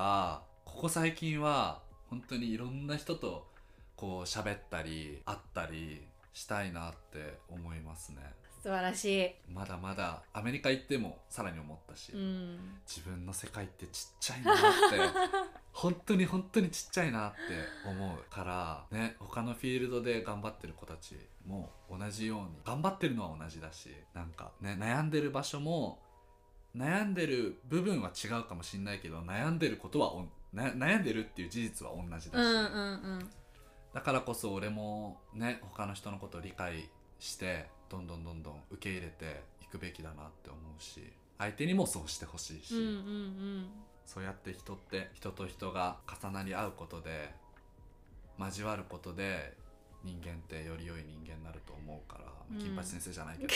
ここ最近は本当にいろんな人とこう喋ったり会ったりしたいなって思いますね。 素晴らしい。 まだまだアメリカ行ってもさらに思ったし、 うん、 自分の世界ってちっちゃいなって本当に本当にちっちゃいなって思うからね。他のフィールドで頑張ってる子たちも同じように頑張ってるのは同じだし、なんかね、悩んでる場所も悩んでる部分は違うかもしれないけど、悩んでることはおな悩んでるっていう事実は同じだし、 うんうんうん、 だからこそ俺もね、他の人のことを理解してどんどんどんどん受け入れていくべきだなって思うし、相手にもそうしてほしいし、 うんうんうん、 そうやって人って人と人が重なり合うことで交わることで人間ってより良い人間になると思うから、うん、金八先生じゃないけど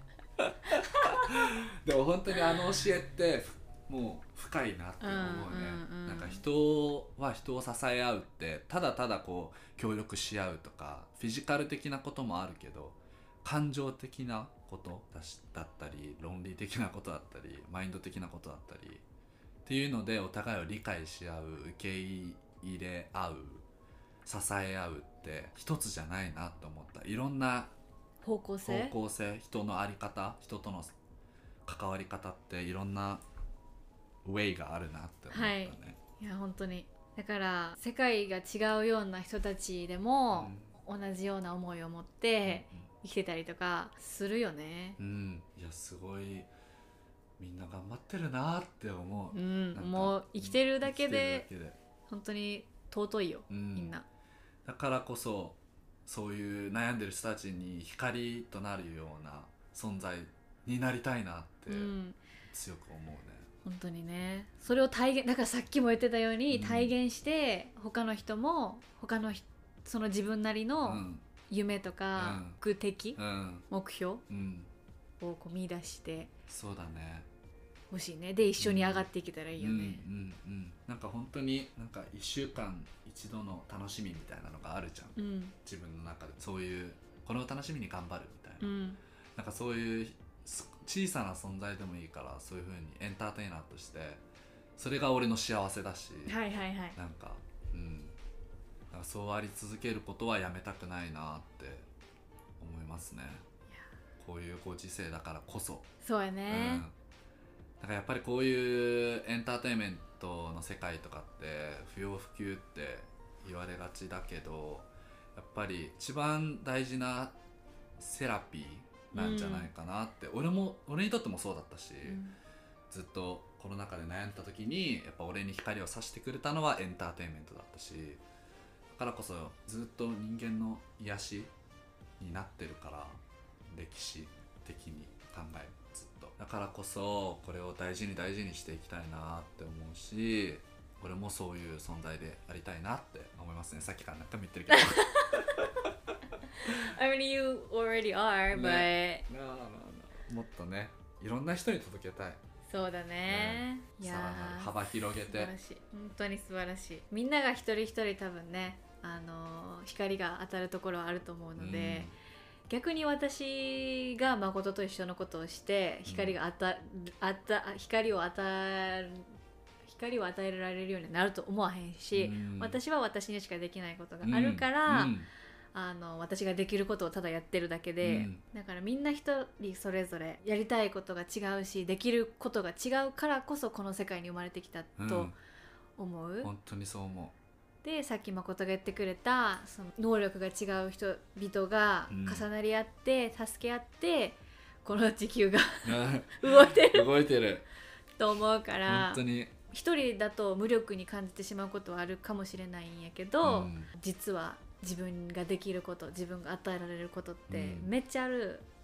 でも本当にあの教えってもう深いなって思うね、うんうんうん、なんか人は人を支え合うってただただこう協力し合うとかフィジカル的なこともあるけど、感情的なことだったり論理的なことだったりマインド的なことだったりっていうのでお互いを理解し合う、受け入れ合う、支え合うって一つじゃないなと思った。いろんな方向性方向性、人の在り方、人との関わり方っていろんなウェイがあるなって思ったね、はい、 いや本当にだから世界が違うような人たちでも、うん、同じような思いを持って生きてたりとかするよね、 うん、いやすごいみんな頑張ってるなって思う、 うん、もう生きてるだけで、うん、本当に尊いよ、うん、みんな。 だからこそそういう悩んでる人たちに光となるような存在になりたいなって強く思うね、 うん、本当にね。それを体現、だからさっきも言ってたように、うん、体現して他の人も他のその自分なりの夢とか目的、うん、目標、うん、をこう見出してそうだね欲しいね。で一緒に上がっていけたらいいよね、 うんうんうん、なんか本当になんかいっしゅうかん一度の楽しみみたいなのがあるじゃん、うん、自分の中でそういうこれを楽しみに頑張るみたいな、うん、なんかそういう小さな存在でもいいからそういう風にエンターテイナーとしてそれが俺の幸せだし、 はいはいはい、 なんか、うん、なんかそうあり続けることはやめたくないなって思いますね。こういうご時世だからこそそうやね、うん、 だからやっぱりこういうエンターテインメントの世界とかって不要不急って言われがちだけど、やっぱり一番大事なセラピーなんじゃないかなって、うん、俺も俺にとってもそうだったし、うん、ずっとコロナ禍で悩んだ時にやっぱ俺に光を差してくれたのはエンターテインメントだったし、だからこそずっと人間の癒しになってるから、歴史的に考えるずっとだからこそこれを大事に大事にしていきたいなって思うし、俺もそういう存在でありたいなって思いますね。さっきから何回も言ってるけど I mean you already are、ね、but no, no, no. もっとねいろんな人に届けたい。 そうだね、 うん、いやさらなる幅広げて素晴らしい、本当に素晴らしい。みんなが一人一人多分ね、あの光が当たるところはあると思うので、うん、逆に私が誠と一緒のことをして光が当た、うん、あた光を与え光を与えられるようになると思わへんし、うん、私は私にしかできないことがあるから、うんうん、あの私ができることをただやってるだけで、うん、だからみんな一人それぞれやりたいことが違うし、できることが違うからこそこの世界に生まれてきたと思う、 うん、本当にそう思う。 でさっき誠が言ってくれたその能力が違う人々が重なり合って、うん、助け合ってこの地球が動いてる動いてると思うから、 本当に一人だと無力に感じてしまうことはあるかもしれないんやけど、うん、実は自分ができること、自分が与えられることってめっちゃある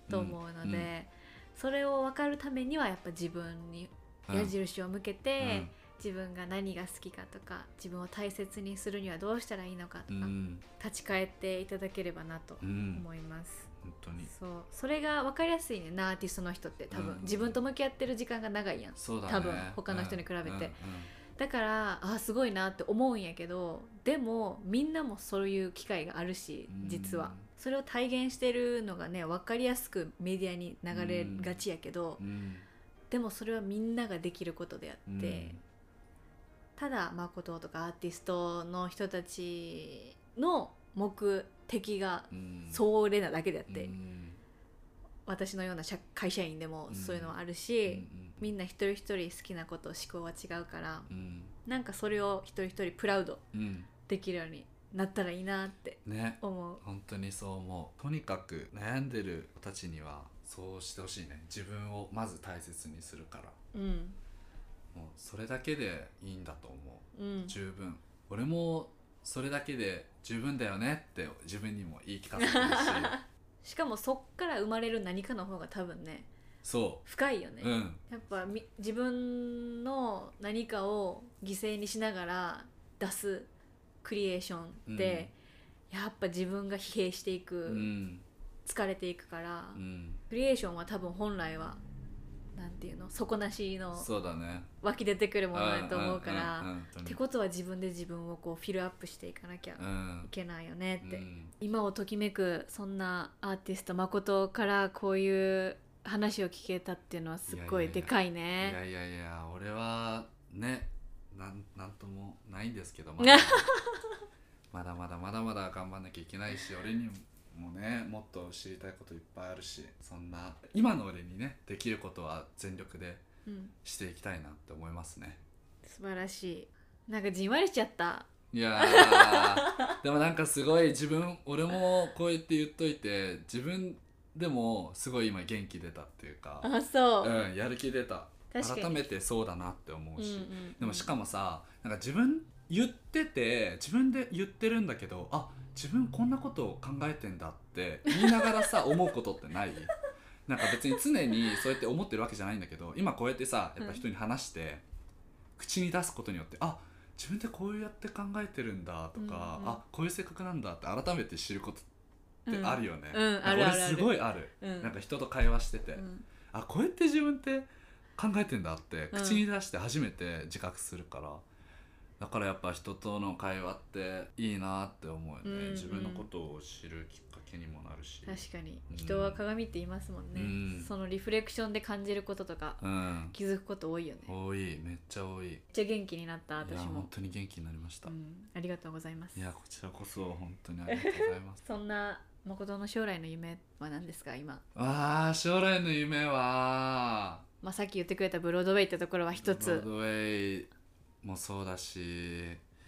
と思うので、うん、それを分かるためにはやっぱ自分に矢印を向けて、うん、自分が何が好きかとか自分を大切にするにはどうしたらいいのかとか、うん、立ち返っていただければなと思います、うん、 本当にそうそれが分かりやすいねんな、アーティストの人って多分、うん、自分と向き合ってる時間が長いやん、 そうだね、 多分他の人に比べて、うんうんうん、だからあすごいなって思うんやけど、でもみんなもそういう機会があるし、実はそれを体現してるのがね分かりやすくメディアに流れがちやけど、うん、でもそれはみんなができることであって、うん、ただ誠とかアーティストの人たちの目的がそれなだけであって、うん、私のような会社員でもそういうのはあるし、うん、みんな一人一人好きなこと思考は違うから、うん、なんかそれを一人一人プラウドできるようになったらいいなって思う、ね、 本当にそう思う。とにかく悩んでる子たちにはそうしてほしいね。自分をまず大切にするから、うん、もうそれだけでいいんだと思う、うん、十分。俺もそれだけで十分だよねって自分にも言い聞かせてるししかもそっから生まれる何かの方が多分ね、 そう深いよね、 うん、 やっぱみ自分の何かを犠牲にしながら出すクリエーションって、うん、やっぱ自分が疲弊していく、うん、疲れていくから、うん、クリエーションは多分本来はなんていうの底なしの湧き出てくるものだと思うから、ってことは自分で自分をこうフィルアップしていかなきゃいけないよねって、うん、今をときめくそんなアーティスト誠からこういう話を聞けたっていうのはすっごいでかいね。 いやいやいやいや俺はね な, なんともないんですけどまだまだまだまだまだ頑張んなきゃいけないし、俺にもねもっと知りたいこといっぱいあるし、そんな今の俺にねできることは全力でしていきたいなって思いますね、 うん、素晴らしい。なんかじんわりしちゃった。 いやでもなんかすごい自分俺もこうやって言っといて自分でもすごい今元気出たっていうか、 あそう、 うん、やる気出た。改めてそうだなって思うし、うんうんうん、でもしかもさなんか自分言ってて自分で言ってるんだけど、あ自分こんなことを考えてんだって言いながらさ思うことってないなんか別に常にそうやって思ってるわけじゃないんだけど、今こうやってさやっぱ人に話して、うん、口に出すことによってあ自分でこうやって考えてるんだとか、うんうん、あこういう性格なんだって改めて知ることってあるよね、うんうん、俺すごいある、うん、なんか人と会話してて、うん、あこうやって自分って考えてんだって口に出して初めて自覚するから、うん、だからやっぱ人との会話っていいなって思うよね、うんうん、自分のことを知るきっかけにもなるし。 確かに人は鏡って言いますもんね、うん、そのリフレクションで感じることとか、うん、気づくこと多いよね。 多い、めっちゃ多い。めっちゃ元気になった。私もいや本当に元気になりました、 うん、ありがとうございます。 いやこちらこそ本当にありがとうございますそんな誠の将来の夢は何ですか今。 あー将来の夢はまあ、さっき言ってくれたブロードウェイってところは一つ。 ブロードウェイもそうだし、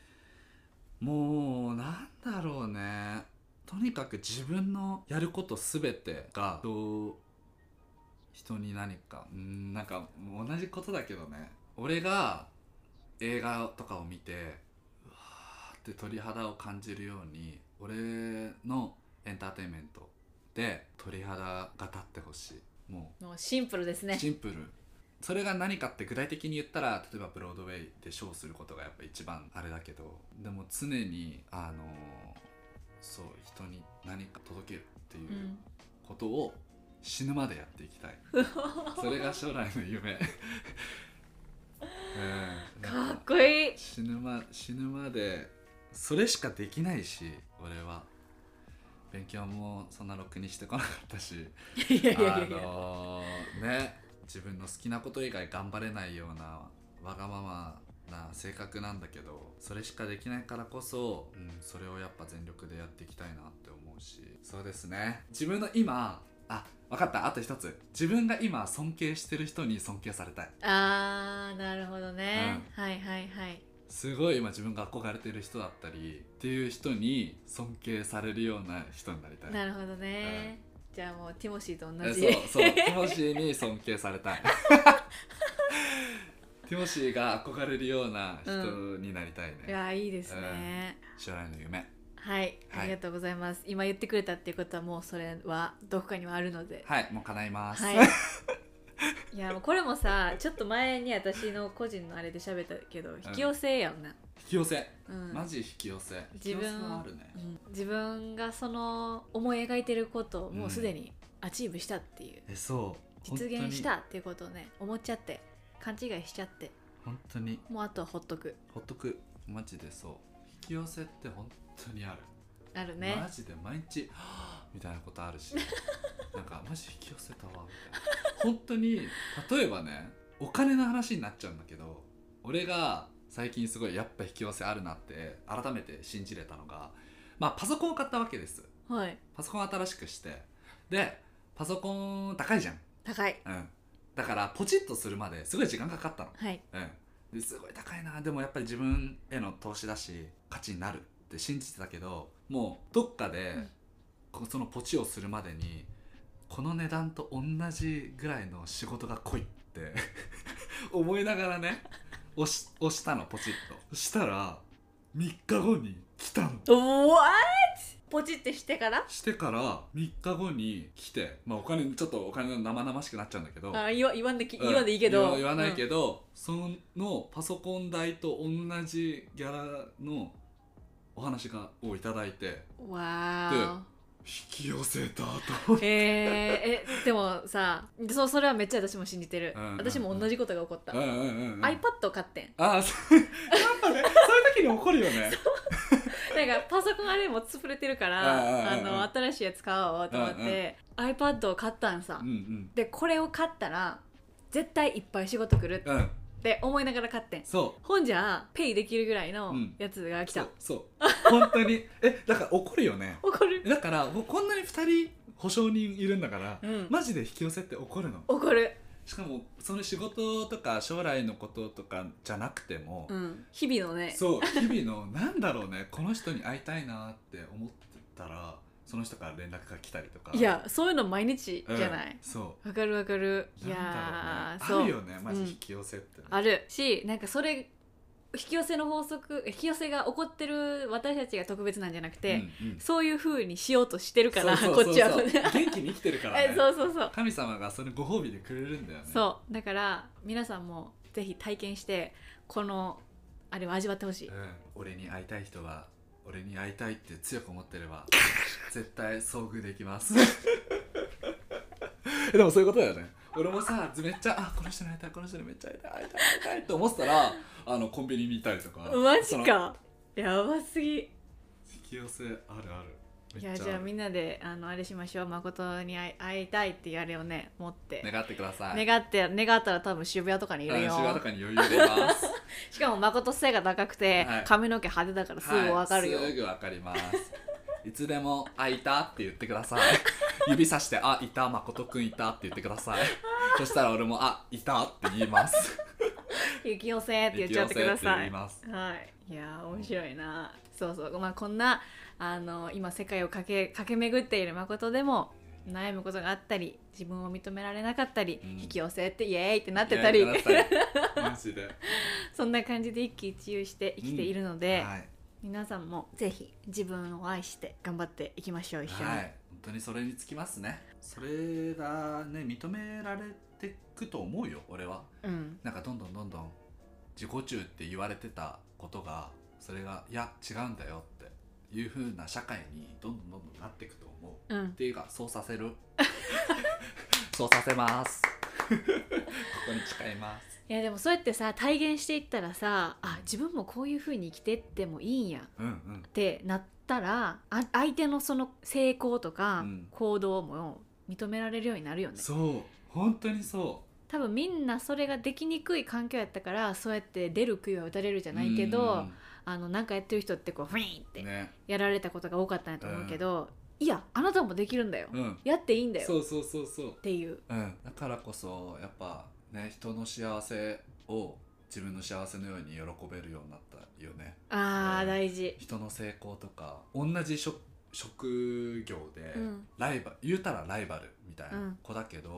もうなんだろうね、とにかく自分のやることすべてがどう人に何かんなんか同じことだけどね、俺が映画とかを見てうわーって鳥肌を感じるように俺のエンターテインメントで鳥肌が立ってほしい。もうシンプルですね。 シンプル。それが何かって具体的に言ったら例えばブロードウェイでショーすることがやっぱ一番あれだけど、でも常にあのそう人に何か届けるっていうことを死ぬまでやっていきたい、うん、それが将来の夢、 うん、かっこいい。 死ぬま、死ぬまでそれしかできないし、俺は勉強もそんなろくにしてこなかったしいやいやいやいや、あのー、ね自分の好きなこと以外頑張れないようなわがままな性格なんだけど、それしかできないからこそ、うん、それをやっぱ全力でやっていきたいなって思うし、そうですね、自分の今あ分かった、あと一つ、自分が今尊敬してる人に尊敬されたい。 あーなるほどね、うん、はいはいはい。 すごい今自分が憧れてる人だったりっていう人に尊敬されるような人になりたい。 なるほどね、うんじゃあもうティモシーと同じ。 そうそうティモシーに尊敬されたいティモシーが憧れるような人になりたいね、 うん、いやいいですね、 うん、将来の夢。 はい、ありがとうございます。今言ってくれたっていうことはもうそれはどこかにはあるので、 はい、もう叶います。 はい。いやもうこれもさ、ちょっと前に私の個人のあれで喋ったけど、引き寄せやんな。 引き寄せ、 うん、 マジ引き寄せ。 自分、 引き寄せはあるね、 うん、自分がその思い描いてることをもうすでにアチーブしたっていう、 うん、えそう実現したっていうことをね思っちゃって勘違いしちゃって、 本当にもうあとはほっとくほっとく、マジでそう。引き寄せって本当にあるあるね。 マジで毎日はぁみたいなことあるしなんかマジ引き寄せたわみたいな。本当に例えばね、お金の話になっちゃうんだけど、俺が最近すごいやっぱ引き寄せあるなって改めて信じれたのが、まあパソコンを買ったわけです。 はい。 パソコンを新しくして、でパソコン高いじゃん。 高い。 うん。だからポチッとするまですごい時間かかったの。 はい。 うん。ですごい高いな、でもやっぱり自分への投資だし価値になるって信じてたけど、もうどっかで、うん、そのポチをするまでにこの値段と同じぐらいの仕事が来いって思いながらね押し、押したの、ポチッと。そしたらみっかごに来たの。 What？ ポチってしてからしてからみっかごに来て、まあお金ちょっとお金の生々しくなっちゃうんだけど、 あ言わ言わんでき、うん、言わんでいいけど言わないけど、うん、そのパソコン代と同じギャラのお話がをいただいて、 わで引き寄せたと思って、 えー、えでもさ、そそれはめっちゃ私も信じてる、うんうんうん、私も同じことが起こった、うんうんうんうん、iPad を買ってん。 ああ、そうやっぱね、そういう時に起こるよねなんかパソコンあれも潰れてるからあの新しいやつ買おうと思って iPad を買ったんさ、うんうん、でこれを買ったら絶対いっぱい仕事来るって、うんって思いながら買ってん。 そうほんじゃペイできるぐらいのやつが来た、うん、 そうそう本当にえだから怒るよね怒る。 だからこんなにふたり保証人いるんだから、うん、マジで引き寄せって怒るの。 怒る。 しかもその仕事とか将来のこととかじゃなくても、 うん、日々のね、 そう日々のなんだろうねこの人に会いたいなって思ってたらその人から連絡が来たりとか。 いやそういうの毎日じゃない、うん、 そうわかるわかる。いやー、ね、あるよねマジ引き寄せって、ね、 うん、あるし、なんかそれ引き寄せの法則、引き寄せが起こってる私たちが特別なんじゃなくて、うんうん、そういう風にしようとしてるからこっちは元気に生きてるからねそうそうそう、 神様がそれご褒美でくれるんだよね。 そうだから皆さんもぜひ体験してこのあれを味わってほしい、うん、 俺に会いたい人は俺に会いたいって強く思ってれば絶対遭遇できますでもそういうことだよね。俺もさめっちゃあこの人に会いたいこの人にめっちゃ会いたい会いたい会いたいって思ってたらあのコンビニにいたりとか。 マジかやばすぎ。引き寄せあるある。 いやじゃあみんなであのあれしましょう。誠に会い、会いたいっていうあれをね持って願ってください。 願って願ったら多分渋谷とかにいるよ、うん、 渋谷とかに余裕でいますしかも誠背が高くて、はい、髪の毛派手だからすぐ分かるよ、 はい、すぐ分かりますいつでも会いたって言ってください指さしてあいた誠くんいたって言ってくださいそしたら俺もあいたって言います引き寄せって言っちゃってください。 はい、 いや面白いな。そうそう、まあ、こんなあの今世界を駆け、駆け巡っている誠でも悩むことがあったり自分を認められなかったり、うん、引き寄せってイエーイってなってたりマジでそんな感じで一喜一憂して生きているので、 うんはい、 皆さんもぜひ自分を愛して頑張っていきましょう一緒に、はい、 本当にそれにつきますね。それがね認められてくと思うよ俺は、うん、なんかどんどんどんどん自己中って言われてたことがそれがいや違うんだよっていう風な社会にどんどんどんどんなっていくと思う、うん、っていうかそうさせるそうさせますここに誓います。 いやでもそうやってさ体現していったらさあ自分もこういう風に生きてってもいいんや、うんうん、ってなったらあ相手のその成功とか行動も認められるようになるよね、うん、 そう本当にそう。 多分みんなそれができにくい環境やったからそうやって出る杭は打たれるじゃないけど、うんあのなんかやってる人ってこうフィーンってやられたことが多かったんやと思うけど、ねうん、いやあなたもできるんだよ、うん、やっていいんだよそうそうそうそうっていう、 うん、だからこそやっぱね人の幸せを自分の幸せのように喜べるようになったよね。 あー、うん、大事。 人の成功とか同じ職、職業でライバル、うん、言うたらライバルみたいな子だけど、うん、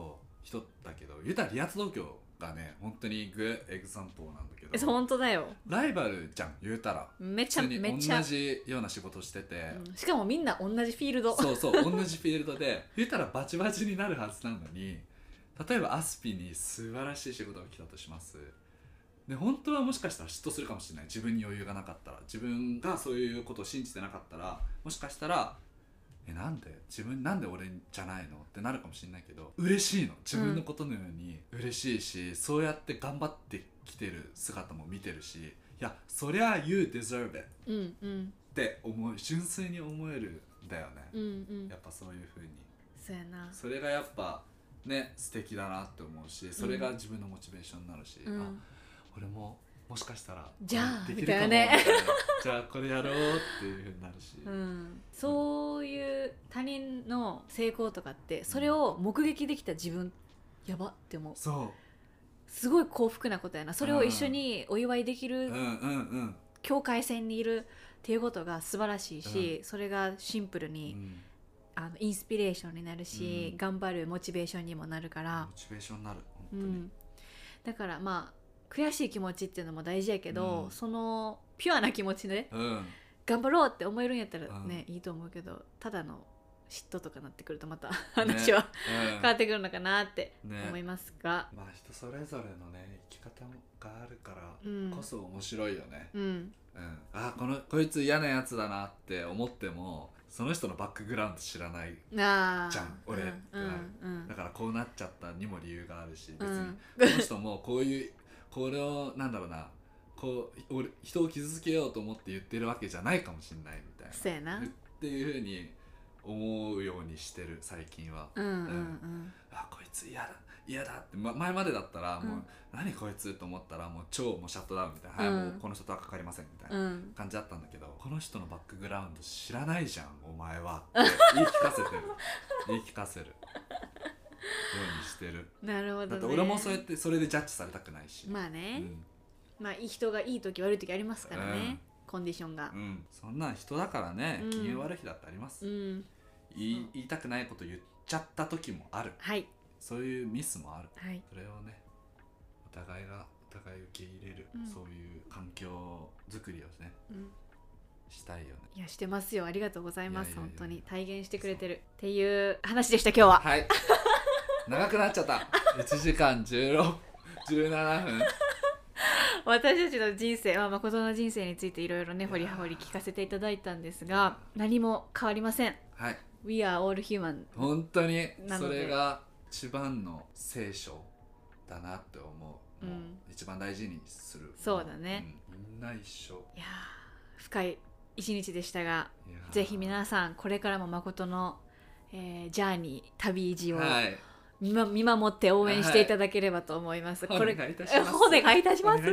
人だけど、言うたらリアツ東京がね本当にグッエグザンポーなんだけど、 え本当だよ、 ライバルじゃん言うたら。 めちゃ普通にめちゃ同じような仕事してて、 うん、しかもみんな同じフィールド。 そうそう同じフィールドで言うたらバチバチになるはずなのに、例えばアスピに素晴らしい仕事が来たとします。で本当はもしかしたら嫉妬するかもしれない、自分に余裕がなかったら、自分がそういうことを信じてなかったら、もしかしたらえなんで自分なんで俺じゃないのってなるかもしれないけど、嬉しいの、自分のことのように嬉しいし、うん、そうやって頑張ってきてる姿も見てるし、いやそりゃ You deserve it、うんうん、って思う、純粋に思えるんだよね、うんうん、やっぱそういう風に。 そうやな、 それがやっぱね素敵だなって思うし、それが自分のモチベーションになるし、うん、あ俺ももしかしたらじゃあできるかもみたいな、じゃあこれやろうっていう風になるし、 うん、そういう他人の成功とかってそれを目撃できた自分やばって思う。 そうすごい幸福なことやな。それを一緒にお祝いできる境界線にいるっていうことが素晴らしいし、うん、それがシンプルに、うん、あのインスピレーションになるし、うん、頑張るモチベーションにもなるから、 モチベーションになる本当に、うん、 だからまあ悔しい気持ちっていうのも大事やけど、うん、そのピュアな気持ちで、うん、頑張ろうって思えるんやったらね、うん、いいと思うけど、ただの嫉妬とかなってくるとまた話は、ね、変わってくるのかなって思いますが、 ね、まあ人それぞれのね生き方があるからこそ面白いよね、うんうん、あこのこいつ嫌なやつだなって思ってもその人のバックグラウンド知らないじゃん俺、うんうん、だからこうなっちゃったにも理由があるし、別にこの人もこういうこれをなんだろうな、こう俺人を傷つけようと思って言ってるわけじゃないかもしれないみたいな、 そうやなっていうふうに思うようにしてる最近は、うんうんうんうん、あこいつ嫌だ嫌だって、ま、前までだったらもう、うん、何こいつと思ったらもう超もうシャットダウンみたいな、うん、はいもうこの人とはかかりませんみたいな感じだったんだけど、うん、この人のバックグラウンド知らないじゃんお前はって言い聞かせてる言い聞かせるようにしてる。 なるほどね。 だって俺もそうやってそれでジャッジされたくないし、 まあね、うん、まあ人がいい時悪い時ありますからね、うん、コンディションが、 うん、そんな人だからね、機嫌悪い日だってあります、うん、言い、言いたくないこと言っちゃった時もある、はい、そういうミスもある、はい、それをねお互いがお互い受け入れる、うん、そういう環境づくりをね、うん、したいよね。 いやしてますよ、ありがとうございます。いやいやいや本当に体現してくれてるっていう話でした今日は。 はい長くなっちゃったいちじかんじゅうろく、じゅうななふん私たちの人生、まあ、誠の人生についていろいろね掘り葉掘り聞かせていただいたんですが、何も変わりません。はい、We are all human。 本当にそれが一番の聖書だなって思う、うん、もう一番大事にする。 そうだね、 うん、みんな一緒。 いや深い一日でしたが、ぜひ皆さんこれからも誠の、えー、ジャーニー旅路を、はい見守って応援していただければと思います、はい、これお願いいたしますお願いいたします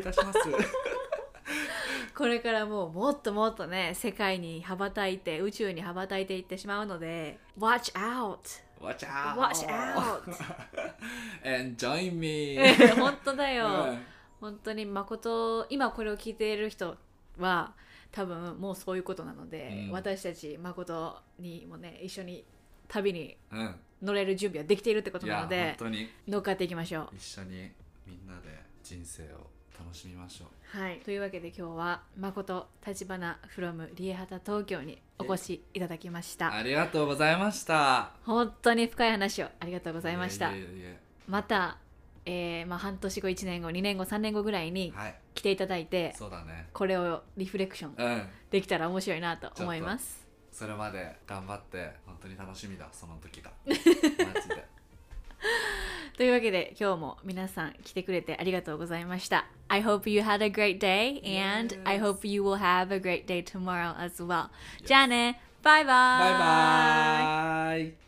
これからもうもっともっとね世界に羽ばたいて宇宙に羽ばたいていってしまうので Watch out Watch out Watch out And join me 本当だよ、うん、本当に誠今これを聞いている人は多分もうそういうことなので、うん、私たち誠にもね一緒に旅に、うん乗れる準備はできているってことなので、本当に乗っかっていきましょう。 一緒にみんなで人生を楽しみましょう。 はい、というわけで今日は誠立花 from リエハタ東京にお越しいただきました。 ありがとうございました。 本当に深い話をありがとうございました。いやいやいやまた、えーまあ、半年後いちねんごにねんごさんねんごぐらいに来ていただいて、はい、そうだね、これをリフレクションできたら面白いなと思います、 うんそれまで頑張って本当に楽しみだその時がマジでというわけで今日も皆さん来てくれてありがとうございました。 I hope you had a great day and yes. I hope you will have a great day tomorrow as well、yes. じゃあねバイバイバイバイ